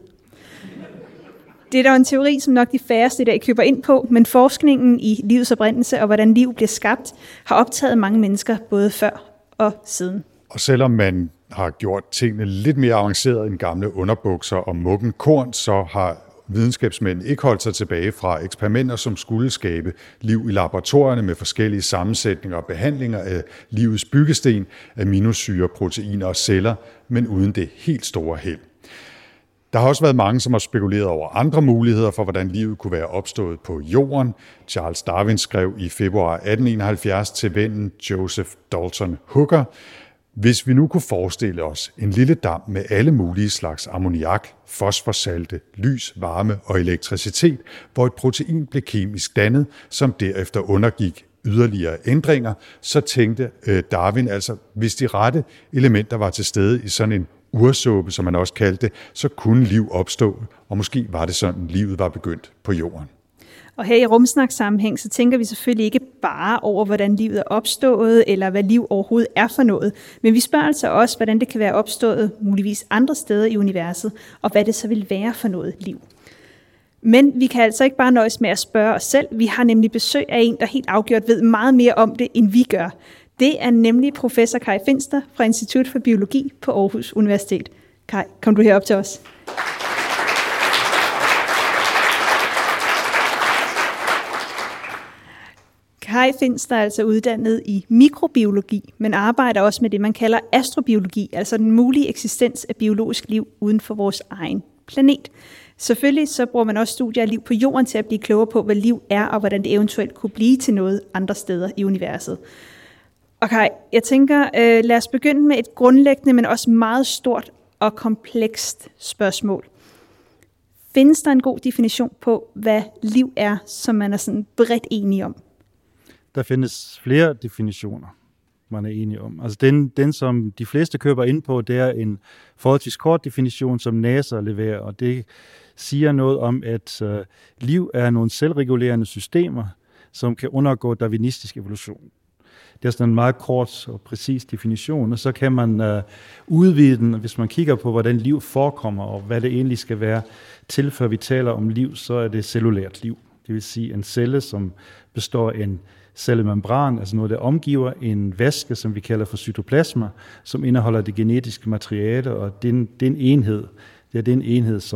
Det er dog en teori, som nok de færreste i dag køber ind på, men forskningen i livets oprindelse og hvordan liv bliver skabt, har optaget mange mennesker både før og siden. Og selvom man har gjort tingene lidt mere avanceret end gamle underbukser og muggen korn, så har videnskabsmænd ikke holdt sig tilbage fra eksperimenter, som skulle skabe liv i laboratorierne med forskellige sammensætninger og behandlinger af livets byggesten, aminosyre, proteiner og celler, men uden det helt store held. Der har også været mange, som har spekuleret over andre muligheder for, hvordan livet kunne være opstået på jorden. Charles Darwin skrev i februar 1871 til vennen Joseph Dalton Hooker: hvis vi nu kunne forestille os en lille dam med alle mulige slags ammoniak, fosforsalte, lys, varme og elektricitet, hvor et protein blev kemisk dannet, som derefter undergik yderligere ændringer, så tænkte Darwin altså, hvis de rette elementer var til stede i sådan en ursuppe, som man også kaldte det, så kunne liv opstå, og måske var det sådan, livet var begyndt på jorden. Og her i rumsnak-sammenhæng, så tænker vi selvfølgelig ikke bare over, hvordan livet er opstået, eller hvad liv overhovedet er for noget. Men vi spørger altså også, hvordan det kan være opstået muligvis andre steder i universet, og hvad det så vil være for noget liv. Men vi kan altså ikke bare nøjes med at spørge os selv. Vi har nemlig besøg af en, der helt afgjort ved meget mere om det, end vi gør. Det er nemlig professor Kai Finster fra Institut for Biologi på Aarhus Universitet. Kai, kom du herop til os. Kai Finster er altså uddannet i mikrobiologi, men arbejder også med det, man kalder astrobiologi, altså den mulige eksistens af biologisk liv uden for vores egen planet. Selvfølgelig så bruger man også studier af liv på jorden til at blive klogere på, hvad liv er, og hvordan det eventuelt kunne blive til noget andre steder i universet. Og Kai, jeg tænker, lad os begynde med et grundlæggende, men også meget stort og komplekst spørgsmål. Findes der en god definition på, hvad liv er, som man er sådan bredt enige om? Der findes flere definitioner, man er enige om. Altså den, som de fleste køber ind på, det er en forholdsvis kort definition, som NASA leverer, og det siger noget om, at liv er nogle selvregulerende systemer, som kan undergå darwinistisk evolution. Det er sådan en meget kort og præcis definition, og så kan man udvide den, hvis man kigger på, hvordan liv forekommer, og hvad det egentlig skal være til, før vi taler om liv, så er det cellulært liv. Det vil sige en celle, som består af en cellemembran, altså noget, der omgiver en væske, som vi kalder for cytoplasma, som indeholder det genetiske materiale, og det er den enhed, som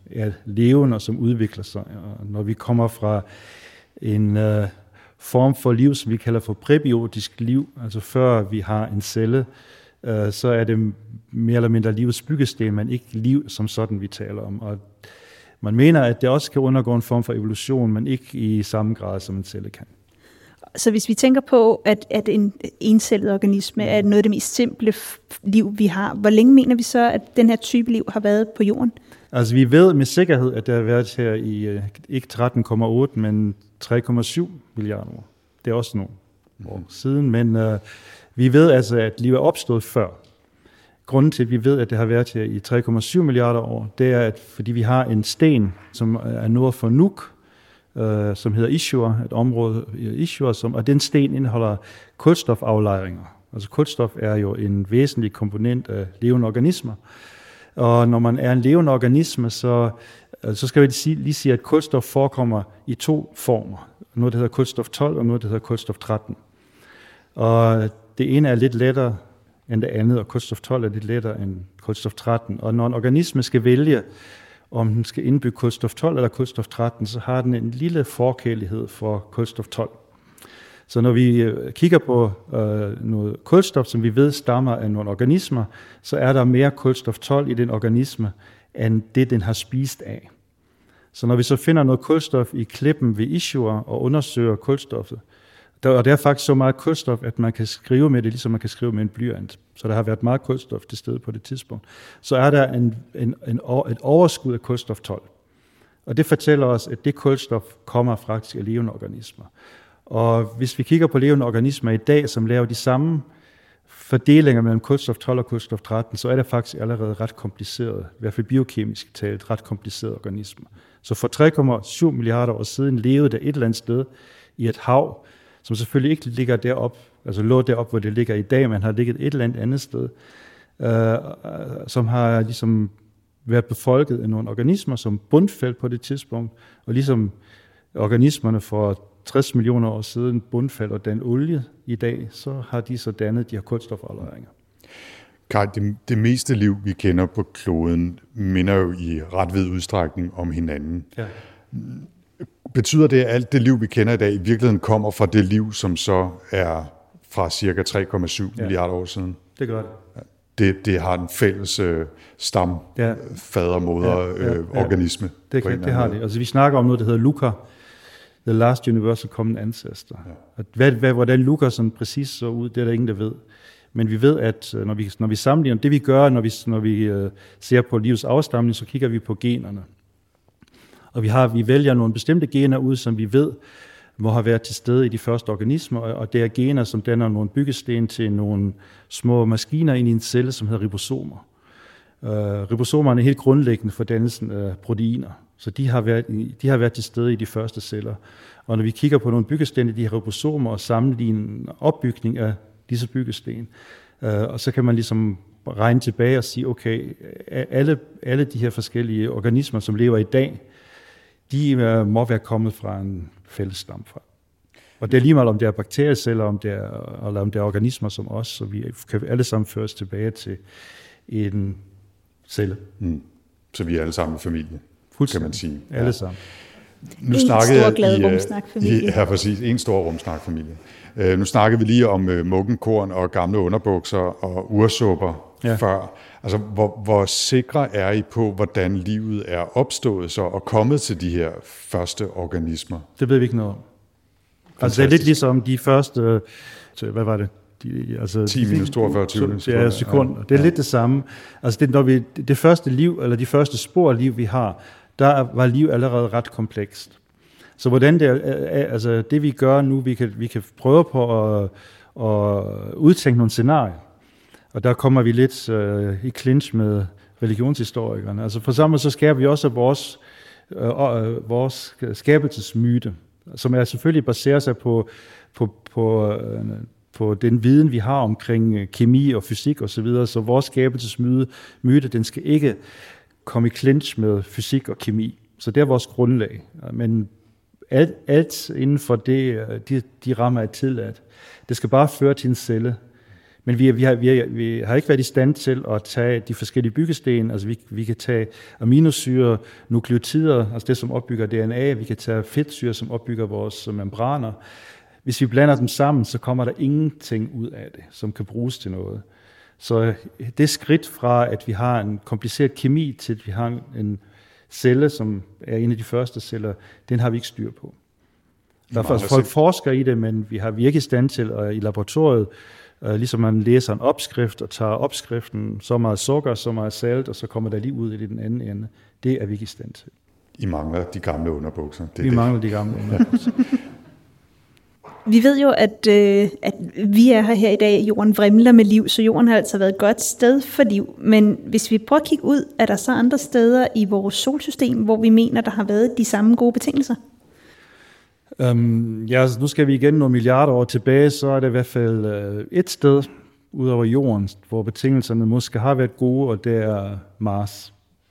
er levende og som udvikler sig. Og når vi kommer fra en form for liv, som vi kalder for præbiotisk liv, altså før vi har en celle, så er det mere eller mindre livets byggesten, men ikke liv som sådan, vi taler om. Og man mener, at det også kan undergå en form for evolution, men ikke i samme grad, som en celle kan. Så hvis vi tænker på, at en encellet organisme er noget af det mest simple liv, vi har, hvor længe mener vi så, at den her type liv har været på jorden? Altså vi ved med sikkerhed, at det har været her i ikke 13,8, men 3,7 milliarder år. Det er også nogle år siden, men vi ved altså, at liv er opstået før. Grunden til, at vi ved, at det har været her i 3,7 milliarder år, det er, at fordi vi har en sten, som er nord for Nuuk, som hedder Isua, et område i Isua, og den sten indeholder kulstofaflejringer. Altså kulstof er jo en væsentlig komponent af levende organismer. Og når man er en levende organisme, så skal vi lige sige, at kulstof forekommer i 2 former. Noget, der hedder kulstof 12, og noget, der hedder kulstof 13. Og det ene er lidt lettere end det andet, og kulstof 12 er lidt lettere end kulstof 13. Og når en organisme skal vælge, om den skal indbygge kulstof 12 eller kulstof 13, så har den en lille forkærlighed for kulstof 12. Så når vi kigger på noget kulstof, som vi ved stammer af nogle organismer, så er der mere kulstof 12 i den organisme, end det, den har spist af. Så når vi så finder noget kulstof i klippen ved Isua og undersøger kulstoffet, og der er faktisk så meget kulstof, at man kan skrive med det, ligesom man kan skrive med en blyant. Så der har været meget kulstof til stede på det tidspunkt. Så er der et overskud af kulstof 12. Og det fortæller os, at det kulstof kommer faktisk af levende organismer. Og hvis vi kigger på levende organismer i dag, som laver de samme fordelinger mellem kulstof 12 og kulstof 13, så er det faktisk allerede ret kompliceret, i hvert fald biokemisk talt, ret komplicerede organismer. Så for 3,7 milliarder år siden levede der et eller andet sted i et hav, som selvfølgelig ikke ligger derop, altså lå derop, hvor det ligger i dag, men har ligget et eller andet sted, som har ligesom været befolket af nogle organismer som bundfældt på det tidspunkt, og ligesom organismerne for 60 millioner år siden bundfældt og dannet olie i dag, så har de så dannet de her kulstofaflejringer. Kai, det meste liv, vi kender på kloden, minder jo i ret vid udstrækning om hinanden. Ja. Betyder det, at alt det liv, vi kender i dag, i virkeligheden kommer fra det liv, som så er fra cirka 3,7 milliarder år siden? Det gør det. Det har en fælles stam, fader, moder, organisme. Det har det. Altså, vi snakker om noget, der hedder LUCA, The Last Universal Common Ancestor. Ja. Hvordan LUCA sådan præcis så ud, det er der ingen, der ved. Men vi ved, at når vi sammenligner, det vi gør, når vi ser på livets afstamning, så kigger vi på generne. Og vi vælger nogle bestemte gener ud, som vi ved må have været til stede i de første organismer, og det er gener, som danner nogle byggesten til nogle små maskiner ind i en celle, som hedder ribosomer. Ribosomerne er helt grundlæggende for dannelsen af proteiner, så de har været til stede i de første celler. Og når vi kigger på nogle byggesten i de her ribosomer og sammenligner opbygning af disse byggesten, og så kan man ligesom regne tilbage og sige, okay, alle de her forskellige organismer, som lever i dag, de må være kommet fra en fælles stam fra. Og det er lige meget, om det er bakterieceller, eller om det er organismer som os, så vi kan alle sammen føres tilbage til en celle. Så vi er alle sammen familie, kan man sige. Alle sammen. Nu en stor glad rumsnakfamilie. Ja, præcis. En stor rumsnakfamilie. Nu snakkede vi lige om muggenkorn og gamle underbukser og ursupper før. Altså, hvor sikre er I på, hvordan livet er opstået så og kommet til de her første organismer? Det ved vi ikke noget om. Altså, det er lidt ligesom de første, hvad var det? 10 minus 42 sekunder. Det er lidt det samme. Altså, det første liv, eller de første spor af liv, vi har, der var liv allerede ret komplekst. Så hvordan det vi gør nu, vi kan prøve på at udtænke nogle scenarier. Og der kommer vi lidt i clinch med religionshistorikerne. Altså for sammen så skaber vi også vores skabelsesmyte, som er selvfølgelig baserer sig på den viden, vi har omkring kemi og fysik osv. Så vores skabelsesmyte, den skal ikke komme i clinch med fysik og kemi. Så det er vores grundlag. Men alt inden for de rammer er tilladt. Det skal bare føre til en celle Men vi har ikke været i stand til at tage de forskellige byggesten. Altså vi kan tage aminosyre, nukleotider, altså det, som opbygger DNA. Vi kan tage fedtsyre, som opbygger vores membraner. Hvis vi blander dem sammen, så kommer der ingenting ud af det, som kan bruges til noget. Så det skridt fra, at vi har en kompliceret kemi, til at vi har en celle, som er en af de første celler, den har vi ikke styr på. Der er faktisk folk forsker i det, men vi er ikke i stand til i laboratoriet, ligesom man læser en opskrift og tager opskriften, så meget sukker, så meget salt, og så kommer der lige ud i den anden ende. Det er vi ikke i stand til. I mangler de gamle underbukser. Mangler de gamle underbukser. Vi ved jo, at vi er her i dag, jorden vrimler med liv, så jorden har altså været et godt sted for liv. Men hvis vi prøver at kigge ud, er der så andre steder i vores solsystem, hvor vi mener, der har været de samme gode betingelser? Altså nu skal vi igen nogle milliarder år tilbage, så er det i hvert fald et sted ud over jorden, hvor betingelserne måske har været gode, og det er Mars.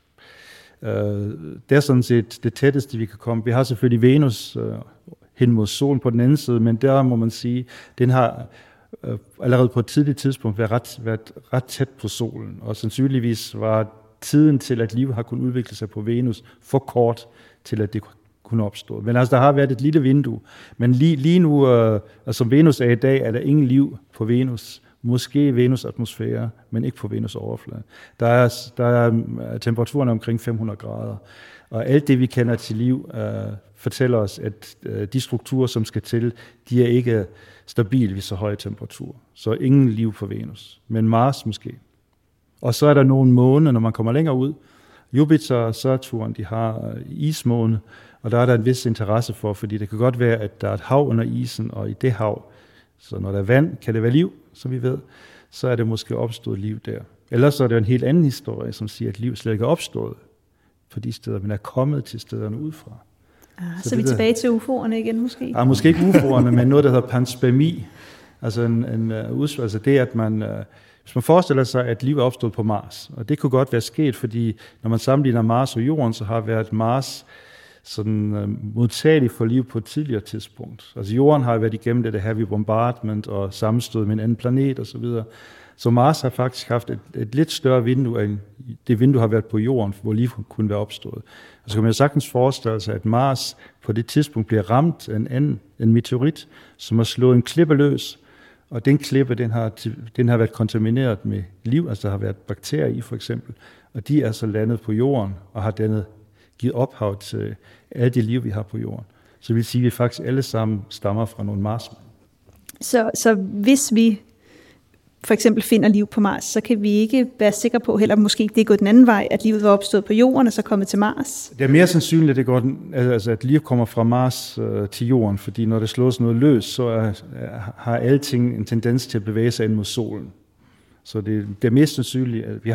Det er sådan set det tætteste, vi kan komme. Vi har selvfølgelig Venus hen mod solen på den anden side, men der må man sige, den har allerede på et tidligt tidspunkt været ret tæt på solen, og sandsynligvis var tiden til, at liv har kunnet udvikle sig på Venus for kort til, at det kunne opstå. Men altså, der har været et lille vindue, men lige nu, som Venus er i dag, er der ingen liv på Venus. Måske Venus atmosfære, men ikke på Venus overflade. Der er temperaturen omkring 500 grader, og alt det, vi kender til liv, fortæller os, at de strukturer, som skal til, de er ikke stabile ved så høje temperaturer. Så ingen liv på Venus, men Mars måske. Og så er der nogle måner, når man kommer længere ud. Jupiter og Saturn, de har ismåne, og der er der en vis interesse for, fordi det kan godt være, at der er et hav under isen, og i det hav, så når der er vand, kan det være liv, som vi ved, så er det måske opstået liv der. Ellers så er det en helt anden historie, som siger, at liv slet ikke er opstået på de steder, men er kommet til stederne udefra. Så vi er tilbage til UFO'erne igen måske? Måske ikke UFO'erne, men noget, der hedder panspermi. Altså altså det, at hvis man forestiller sig, at liv er opstået på Mars, og det kunne godt være sket, fordi når man sammenligner Mars og Jorden, så har været Mars sådan modtagelig for liv på et tidligere tidspunkt. Altså Jorden har været igennem det heavy bombardment og sammenstød med en anden planet osv. Så Mars har faktisk haft et lidt større vindue end det vindue har været på Jorden, hvor liv kunne være opstået. Og så kan man jo sagtens forestille sig, at Mars på det tidspunkt bliver ramt af en meteorit, som har slået en klippe løs, og den klippe, den har været kontamineret med liv, altså der har været bakterier i for eksempel, og de er så landet på Jorden og har givet ophav til alle de liv, vi har på Jorden. Så det vil sige, at vi faktisk alle sammen stammer fra nogle Marsmænd. Så hvis vi for eksempel finder liv på Mars, så kan vi ikke være sikre på, heller måske det er gået den anden vej, at livet var opstået på Jorden og så kommet til Mars? Det er mere sandsynligt, at liv kommer fra Mars til Jorden, fordi når det slås noget løs, så har alle ting en tendens til at bevæge sig ind mod solen. Så det er mest sandsynligt, at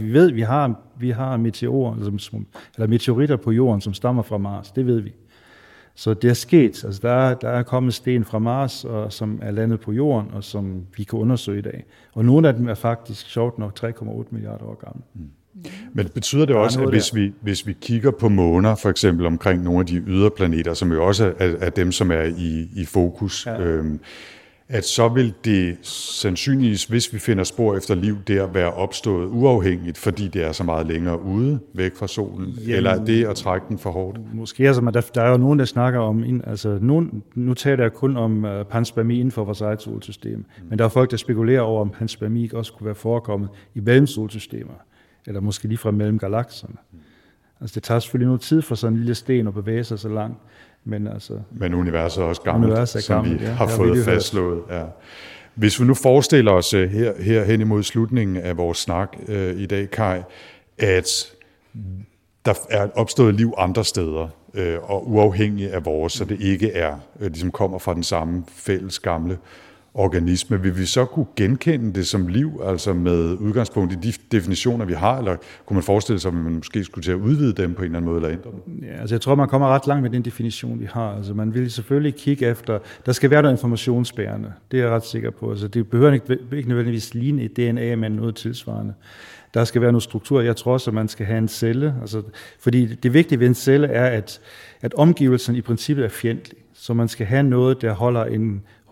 vi har meteorer, eller meteoritter på Jorden, som stammer fra Mars. Det ved vi. Så det er sket. Altså der er kommet sten fra Mars, som er landet på Jorden, og som vi kan undersøge i dag. Og nogle af dem er faktisk sjovt nok 3,8 milliarder år gamle. Men betyder det også, at hvis vi kigger på måner, for eksempel omkring nogle af de ydre planeter, som jo også er dem, som er i fokus, at så vil det sandsynligvis, hvis vi finder spor efter liv der, være opstået uafhængigt, fordi det er så meget længere ude væk fra solen? Jamen, eller er det at trække den for hårdt? Måske, altså, der er jo nogen, der snakker om, nu taler jeg kun om panspermi inden for vores eget solsystem, men der er folk, der spekulerer over, om panspermi ikke også kunne være forekommet i mellemsolsystemer, eller måske lige fra mellem galakserne. Altså det tager selvfølgelig noget tid for sådan en lille sten at bevæge sig så langt. Men universet er også gammelt, som vi har fået fastslået. Ja. Hvis vi nu forestiller os her hen imod slutningen af vores snak i dag, Kai, at der er opstået liv andre steder, og uafhængigt af vores, så det ikke er, ligesom kommer fra den samme fælles gamle organisme. Vil vi så kunne genkende det som liv, altså med udgangspunkt i de definitioner, vi har, eller kunne man forestille sig, at man måske skulle til at udvide dem på en eller anden måde, eller ændre dem? Ja, altså jeg tror, man kommer ret langt med den definition, vi har. Altså man vil selvfølgelig kigge efter, der skal være noget informationsbærende, det er jeg ret sikker på. Altså det behøver ikke nødvendigvis ligne et DNA, men noget tilsvarende. Der skal være noget struktur. Jeg tror også, at man skal have en celle. Altså, fordi det vigtige ved en celle er, at omgivelsen i princippet er fjendtlig. Så man skal have noget, der holder en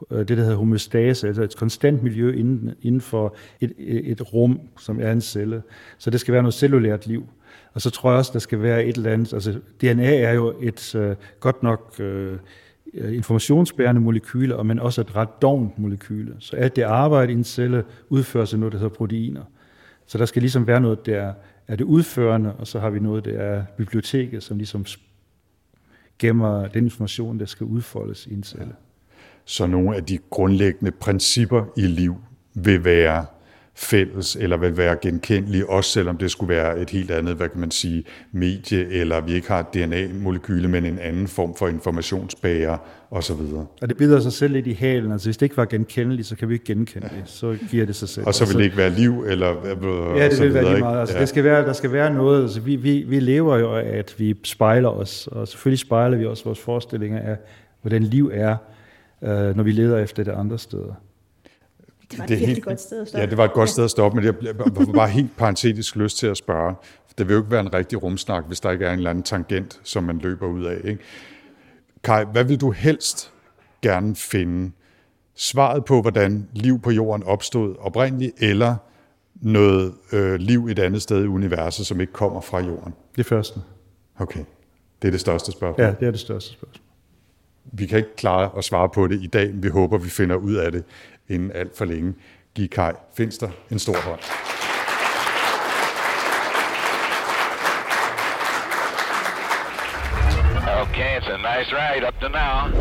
det, der hedder homøostase, altså et konstant miljø inden for et rum, som er en celle. Så det skal være noget cellulært liv. Og så tror jeg også, der skal være et eller andet, altså DNA er jo et godt nok informationsbærende molekyle, men også et ret dovent molekyle. Så alt det arbejde i en celle udfører sig noget, der hedder proteiner. Så der skal ligesom være noget, der er det udførende, og så har vi noget, der er biblioteket, som ligesom gemmer den information, der skal udfoldes i en celle. Så nogle af de grundlæggende principper i liv vil være fælles, eller vil være genkendelige, også selvom det skulle være et helt andet, hvad kan man sige, medie, eller vi ikke har et DNA-molekyle, men en anden form for informationsbærer, osv. Og det bider sig selv lidt i halen. Altså hvis det ikke var genkendeligt, så kan vi ikke genkende det. Så giver det sig selv. Og så vil det ikke være liv, eller ja, det vil være lige meget. Altså, der skal være noget. Altså, vi lever jo af, at vi spejler os, og selvfølgelig spejler vi også vores forestillinger af, hvordan liv er, når vi leder efter det andre steder. Det var et virkelig godt sted at stoppe. Ja, det var et godt sted at stoppe, men jeg var bare helt parentetisk lyst til at spørge. Det vil jo ikke være en rigtig rumsnak, hvis der ikke er en eller anden tangent, som man løber ud af, ikke? Kai, hvad vil du helst gerne finde? Svaret på, hvordan liv på jorden opstod oprindeligt, eller noget liv et andet sted i universet, som ikke kommer fra jorden? Det første. Okay, det er det største spørgsmål. Ja, det er det største spørgsmål. Vi kan ikke klare at svare på det i dag, men vi håber, vi finder ud af det inden alt for længe. Giv Kai Finster en stor hånd. Okay, it's a nice ride up to now.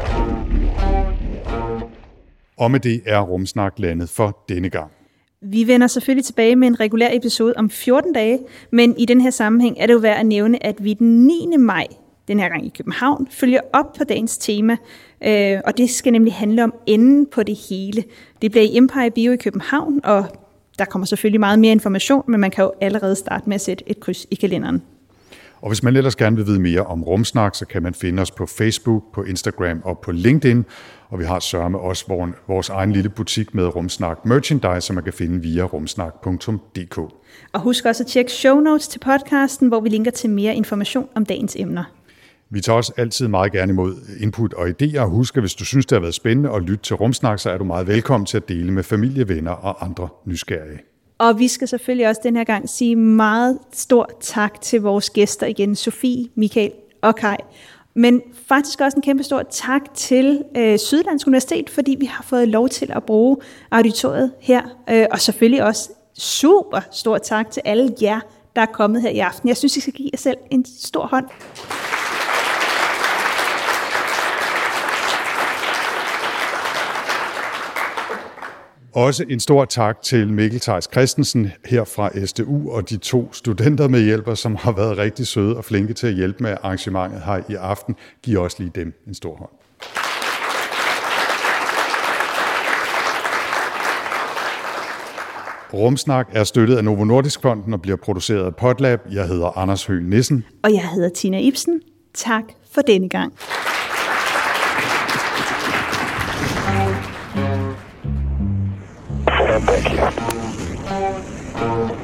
Og med det er Rumsnak landet for denne gang. Vi vender selvfølgelig tilbage med en regulær episode om 14 dage, men i den her sammenhæng er det jo værd at nævne, at vi den 9. maj, den her gang i København, følger op på dagens tema, og det skal nemlig handle om enden på det hele. Det bliver i Empire Bio i København, og der kommer selvfølgelig meget mere information, men man kan jo allerede starte med at sætte et kryds i kalenderen. Og hvis man ellers gerne vil vide mere om Rumsnak, så kan man finde os på Facebook, på Instagram og på LinkedIn. Og vi har sørme også vores egen lille butik med Rumsnak merchandise, som man kan finde via rumsnak.dk. Og husk også at tjekke show notes til podcasten, hvor vi linker til mere information om dagens emner. Vi tager også altid meget gerne imod input og idéer, og husk, at hvis du synes, det har været spændende at lytte til Rumsnak, så er du meget velkommen til at dele med familie, venner og andre nysgerrige. Og vi skal selvfølgelig også den her gang sige meget stor tak til vores gæster igen, Sofie, Michael og Kai. Men faktisk også en kæmpe stor tak til Syddansk Universitet, fordi vi har fået lov til at bruge auditoriet her. Og selvfølgelig også super stor tak til alle jer, der er kommet her i aften. Jeg synes, I skal give jer selv en stor hånd. Også en stor tak til Mikkel Theis Christensen her fra SDU og de 2 studentermedhjælpere, som har været rigtig søde og flinke til at hjælpe med arrangementet her i aften. Giv også lige dem en stor hånd. Rumsnak er støttet af Novo Nordisk Fonden og bliver produceret af Podlab. Jeg hedder Anders Høgh Nissen. Og jeg hedder Tina Ibsen. Tak for denne gang. Thank you.